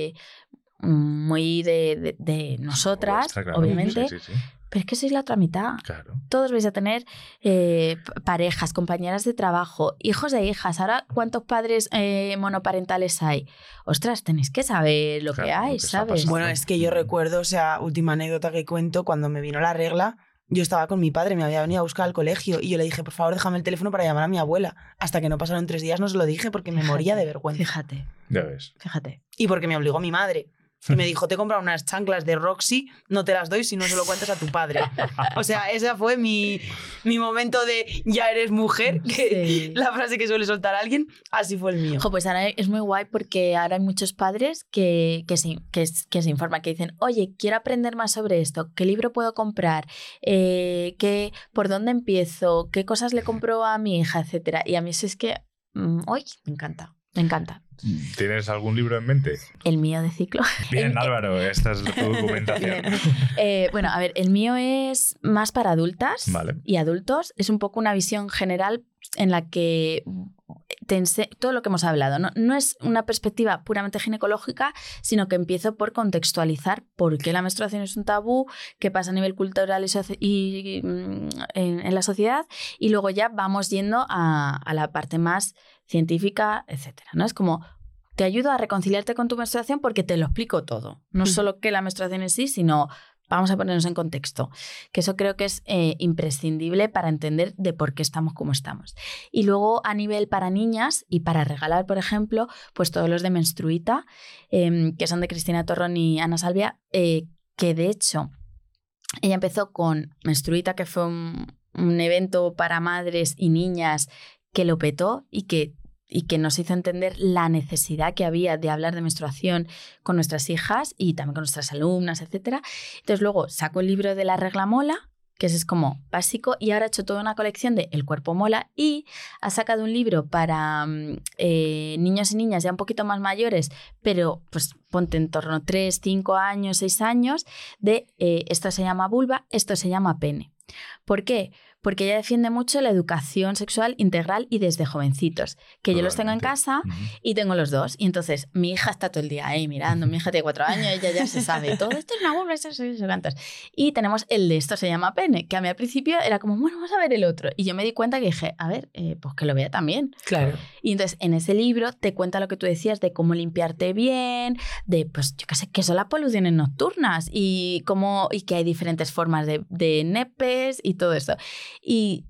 muy de nosotras, claro, obviamente, sí. Pero es que sois la otra mitad. Claro. Todos vais a tener parejas, compañeras de trabajo, hijos e hijas. Ahora, ¿cuántos padres monoparentales hay? Ostras, tenéis que saber lo que hay, ¿sabes? Bueno, es que yo recuerdo, o sea, última anécdota que cuento, cuando me vino la regla, yo estaba con mi padre, me había venido a buscar al colegio y yo le dije, por favor, déjame el teléfono para llamar a mi abuela. Hasta que no pasaron 3 días no se lo dije porque me moría de vergüenza. Fíjate. Ya ves. Fíjate. Y porque me obligó mi madre. Y me dijo, te he comprado unas chanclas de Roxy, no te las doy si no se lo cuentas a tu padre. O sea, ese fue mi momento de ya eres mujer, que sí. La frase que suele soltar alguien, así fue el mío. Pues ahora es muy guay porque ahora hay muchos padres que se informan, que dicen, oye, quiero aprender más sobre esto, ¿qué libro puedo comprar? ¿Por dónde empiezo? ¿Qué cosas le compro a mi hija? Etcétera. Y a mí eso es que, me encanta. Me encanta. ¿Tienes algún libro en mente? El mío de ciclo. Bien, Álvaro, esta es tu documentación. Bueno, a ver, el mío es más para adultas y adultos. Es un poco una visión general en la que todo lo que hemos hablado, no es una perspectiva puramente ginecológica, sino que empiezo por contextualizar por qué la menstruación es un tabú, qué pasa a nivel cultural y en la sociedad, y luego ya vamos yendo a la parte más científica, etcétera, ¿no? Es como te ayudo a reconciliarte con tu menstruación porque te lo explico todo. No solo que la menstruación en sí, sino vamos a ponernos en contexto. Que eso creo que es imprescindible para entender de por qué estamos como estamos. Y luego a nivel para niñas y para regalar, por ejemplo, pues todos los de Menstruita, que son de Cristina Torrón y Ana Salvia, que de hecho ella empezó con Menstruita, que fue un evento para madres y niñas que lo petó y que nos hizo entender la necesidad que había de hablar de menstruación con nuestras hijas y también con nuestras alumnas, etc. Entonces luego sacó el libro de La regla mola, que ese es como básico, y ahora ha hecho toda una colección de El cuerpo mola y ha sacado un libro para niños y niñas ya un poquito más mayores, pero pues ponte en torno a 3, 5 años, 6 años, de esto se llama vulva, esto se llama pene. ¿Por qué? Porque ella defiende mucho la educación sexual integral y desde jovencitos, que yo los tengo en casa y tengo los dos. Y entonces mi hija está todo el día ahí mirando, mi hija tiene 4 años, ella ya se sabe todo, esto es una vulva, esto es cantas. Y tenemos el de esto se llama pene, que a mí al principio era como, bueno, vamos a ver el otro. Y yo me di cuenta que dije, a ver, pues que lo vea también. Claro. Y entonces en ese libro te cuenta lo que tú decías de cómo limpiarte bien, de pues yo qué sé, qué son las poluciones nocturnas y que hay diferentes formas de nepes y todo esto. Y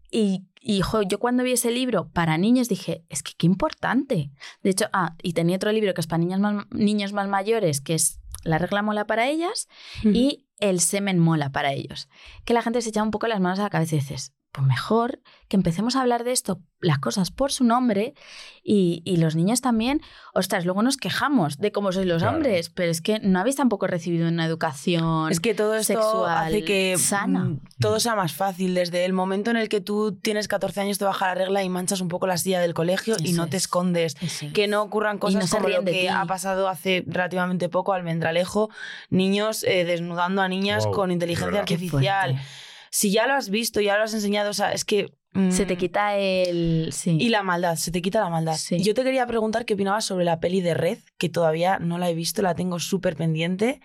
yo cuando vi ese libro para niños dije, es que qué importante. De hecho, y tenía otro libro que es para niños más mayores, que es La regla mola para ellas y El semen mola para ellos. Que la gente se echa un poco las manos a la cabeza y dices, pues mejor que empecemos a hablar de esto, las cosas por su nombre, y los niños también. Ostras, luego nos quejamos de cómo sois los hombres, pero es que no habéis tampoco recibido una educación es que todo esto sexual hace que sana. Todo sea más fácil. Desde el momento en el que tú tienes 14 años te baja la regla y manchas un poco la silla del colegio y no te escondes. Que no ocurran cosas como lo que ha pasado hace relativamente poco, Almendralejo, niños desnudando a niñas con inteligencia artificial. Si ya lo has visto, ya lo has enseñado, o sea, es que... se te quita el... Sí. Y la maldad, se te quita la maldad. Sí. Yo te quería preguntar qué opinabas sobre la peli de Red, que todavía no la he visto, la tengo súper pendiente.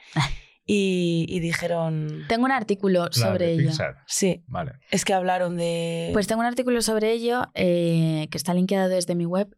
Y dijeron... Tengo un artículo sobre ello. Sí. Vale. Es que hablaron de... Pues tengo un artículo sobre ello que está linkeado desde mi web.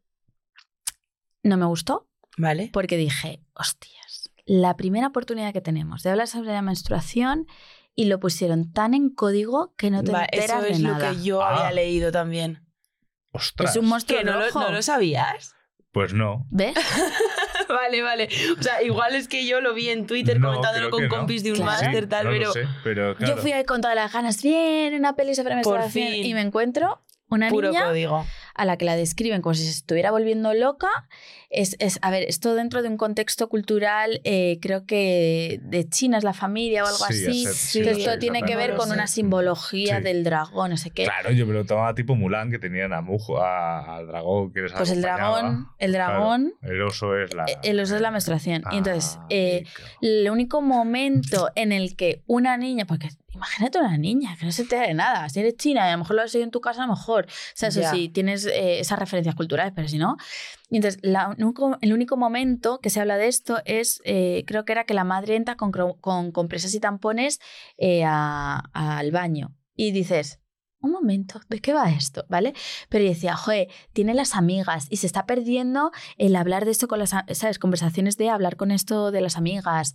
No me gustó. Vale. Porque dije, hostias, la primera oportunidad que tenemos de hablar sobre la menstruación... Y lo pusieron tan en código que no te enteras de nada. Eso es lo que yo había leído también. ¡Ostras! Es un monstruo rojo. ¿No lo sabías? Pues no. ¿Ves? Vale. O sea, igual es que yo lo vi en Twitter comentándolo con compis de un máster, tal, pero... Lo sé, pero claro. Yo fui ahí con todas las ganas, bien, una peli sobre menstruación. Y me encuentro una puro niña código. A la que la describen como si se estuviera volviendo loca. A ver, esto dentro de un contexto cultural, creo que de China es la familia o algo así. Esto tiene que ver con una simbología del dragón, no sé qué. Claro, yo me lo tomaba tipo Mulan, que tenían al dragón que les pues el dragón. Claro, el oso es la menstruación. Y entonces, el único momento en el que una niña, porque imagínate una niña que no se entera de nada. Si eres china y a lo mejor lo has oído en tu casa, a lo mejor. O sea, eso sí, tienes esas referencias culturales, pero si no... Y entonces, el único momento que se habla de esto es, creo que era que la madre entra con compresas y tampones al baño. Y dices... Un momento, ¿de qué va esto? ¿Vale? Pero yo decía, joder, tiene las amigas y se está perdiendo el hablar de esto con las, ¿sabes? Conversaciones de hablar con esto de las amigas.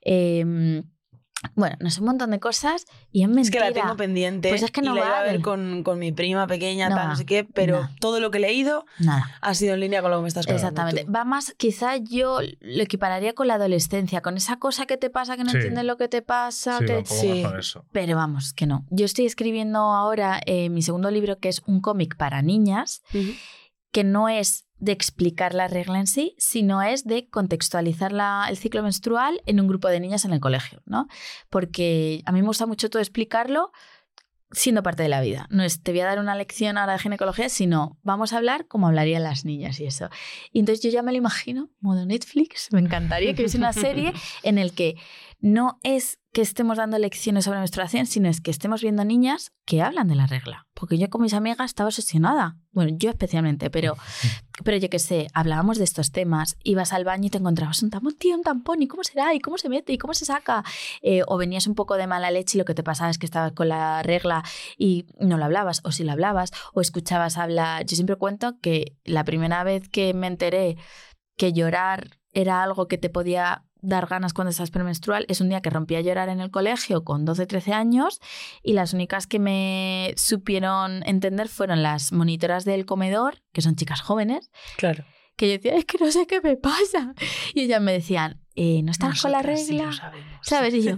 Bueno, no sé, un montón de cosas y es mentira. Es que la tengo pendiente. Pues es que no y la iba a ver vale. con mi prima pequeña, no sé qué, pero todo lo que he leído ha sido en línea con lo que me estás contando. Exactamente. Va más, quizá yo lo equipararía con la adolescencia, con esa cosa que te pasa, que no entiendes lo que te pasa. Sí, con eso. Pero vamos, que no. Yo estoy escribiendo ahora mi segundo libro, que es un cómic para niñas, que no es de explicar la regla en sí, sino es de contextualizar el ciclo menstrual en un grupo de niñas en el colegio, ¿no? Porque a mí me gusta mucho todo explicarlo siendo parte de la vida. No es te voy a dar una lección ahora de ginecología, sino vamos a hablar como hablarían las niñas y eso. Y entonces yo ya me lo imagino, modo Netflix, me encantaría que hubiese una serie en el que no es que estemos dando lecciones sobre menstruación, sino es que estemos viendo niñas que hablan de la regla. Porque yo con mis amigas estaba obsesionada. Bueno, yo especialmente, pero yo qué sé, hablábamos de estos temas. Ibas al baño y te encontrabas un tampón, tío, un tampón, ¿y cómo será? ¿Y cómo se mete? ¿Y cómo se saca? O venías un poco de mala leche y lo que te pasaba es que estabas con la regla y no lo hablabas, o sí lo hablabas, o escuchabas hablar. Yo siempre cuento que la primera vez que me enteré que llorar era algo que te podía dar ganas cuando estás premenstrual es un día que rompí a llorar en el colegio con 12, 13 años y las únicas que me supieron entender fueron las monitoras del comedor, que son chicas jóvenes, claro, que yo decía, es que no sé qué me pasa. Y ellas me decían, ¿no estás con la regla? Sí, ¿sabes? Y yo,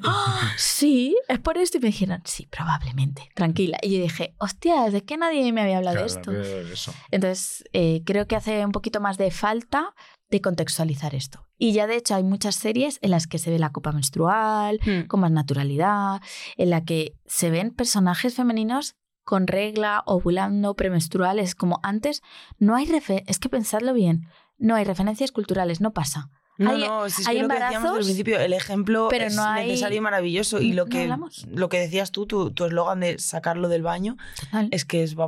sí, es por esto. Y me dijeron, sí, probablemente, tranquila. Y yo dije, hostia, ¿de qué nadie me había hablado de esto? Entonces, creo que hace un poquito más de falta de contextualizar esto. Y ya de hecho hay muchas series en las que se ve la copa menstrual con más naturalidad, en la que se ven personajes femeninos con regla, ovulando, premenstruales, como antes. No hay es que pensadlo bien, no hay referencias culturales, no pasa. No, si es que lo que decíamos al principio, el ejemplo pero es no hay... necesario y maravilloso. Y lo que decías tú, tu eslogan de sacarlo del baño, total, es que es,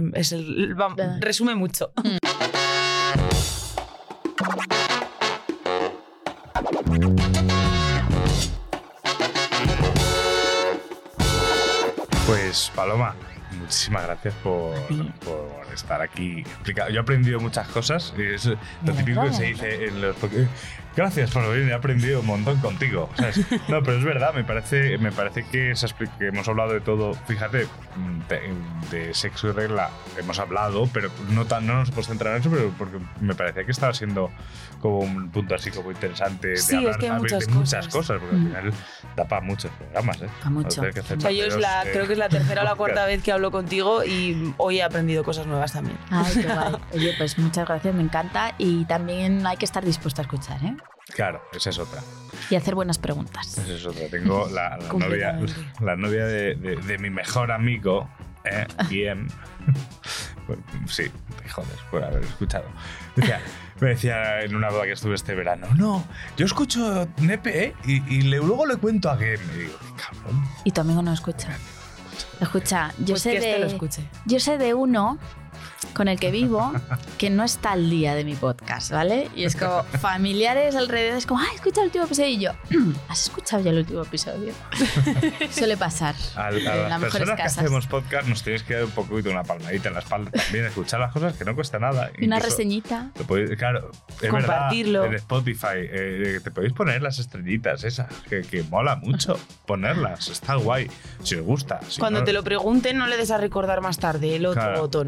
resume mucho. Pues Paloma, muchísimas gracias por estar aquí. Yo he aprendido muchas cosas. Es lo típico que se dice en los... Gracias por venir, he aprendido un montón contigo. ¿Sabes? No, pero es verdad, me parece que hemos hablado de todo. Fíjate, de sexo y regla hemos hablado, pero no nos hemos centrado en eso, pero porque me parecía que estaba siendo como un punto así como interesante de sí, hablar es que hay de muchas cosas, porque al final da para muchos programas, ¿eh? Para mucho. O sea, yo creo que es la tercera o la cuarta vez que hablo contigo y hoy he aprendido cosas nuevas también. Ay, qué guay. Oye, pues muchas gracias, me encanta y también hay que estar dispuesto a escuchar, ¿eh? Claro, esa es otra. Y hacer buenas preguntas. Esa es otra. Tengo la novia de mi mejor amigo, bien. Pues, sí, joder, por haber escuchado. Me decía en una boda que estuve este verano, no, yo escucho Nepe, y luego le cuento a Game. Y digo, qué cabrón. Y tu amigo no escucha. Escucha, yo sé lo escuche. Yo sé de uno con el que vivo que no está al día de mi podcast, ¿vale? Y es como familiares alrededor, es como, ¡ay, escucha el último episodio! Y yo, ¿has escuchado ya el último episodio? Suele pasar. A las personas que hacemos podcast nos tenéis que dar un poquito una palmadita en la espalda también, escuchar las cosas que no cuesta nada. Y una reseñita. Claro, es compartirlo. Verdad, en Spotify te podéis poner las estrellitas esas, que mola mucho ponerlas, está guay, si os gusta. Si Cuando no, te lo pregunten, no le des a recordar más tarde el otro botón.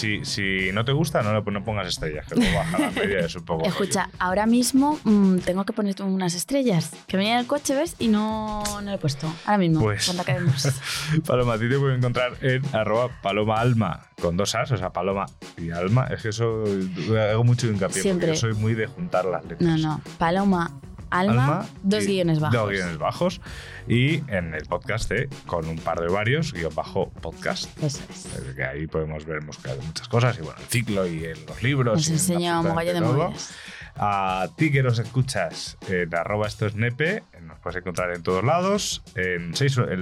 Si no te gusta, no pongas estrellas, que luego baja la media, es un poco. Escucha, rollo. Ahora mismo tengo que poner unas estrellas que venía en el coche, ¿ves? Y no lo he puesto. Ahora mismo, pues, cuando acabemos. Paloma, a ti te puedo encontrar en @palomaalma con 2 as, o sea, Paloma y Alma. Es que eso hago mucho hincapié siempre. Porque yo soy muy de juntar las letras. No, Paloma, Alma 2 guiones bajos. 2 guiones bajos. Y en el podcast con un par de varios, _podcast. Eso es. Que ahí podemos ver muchas cosas. Y bueno, el ciclo y los libros. Nos enseña un mogollón de movidas. A ti que nos escuchas en @estosnepe, nos puedes encontrar en todos lados, al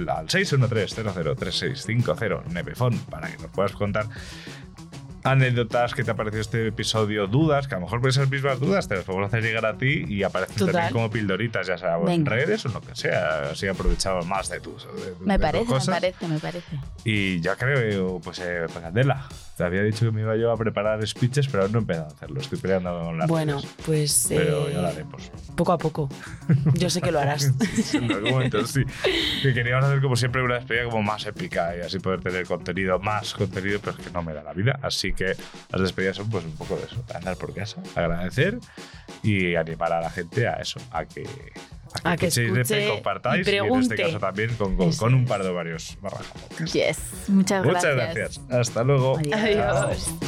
613-003650 Nepefon, para que nos puedas contar anécdotas, qué te ha parecido este episodio, dudas, que a lo mejor esas mismas dudas te las podemos hacer llegar a ti y aparecen también como pildoritas, ya sea en redes o lo que sea, así aprovechamos más de tus me parece. Y ya creo, pues Adela, te había dicho que me iba yo a preparar speeches, pero aún no he empezado a hacerlo, estoy peleando con las redes. Pues pero ya lo haremos. Poco a poco. Yo sé que lo harás. Sí, en algún momento sí. Que queríamos hacer como siempre una despedida como más épica y así poder tener más contenido, pero es que no me da la vida, así que las despedidas son pues un poco de eso, de andar por casa, agradecer y animar a la gente a eso, a que escuche, compartáis y en este caso también con un par de varios barra. Yes, muchas gracias. Muchas gracias. Hasta luego. Adiós.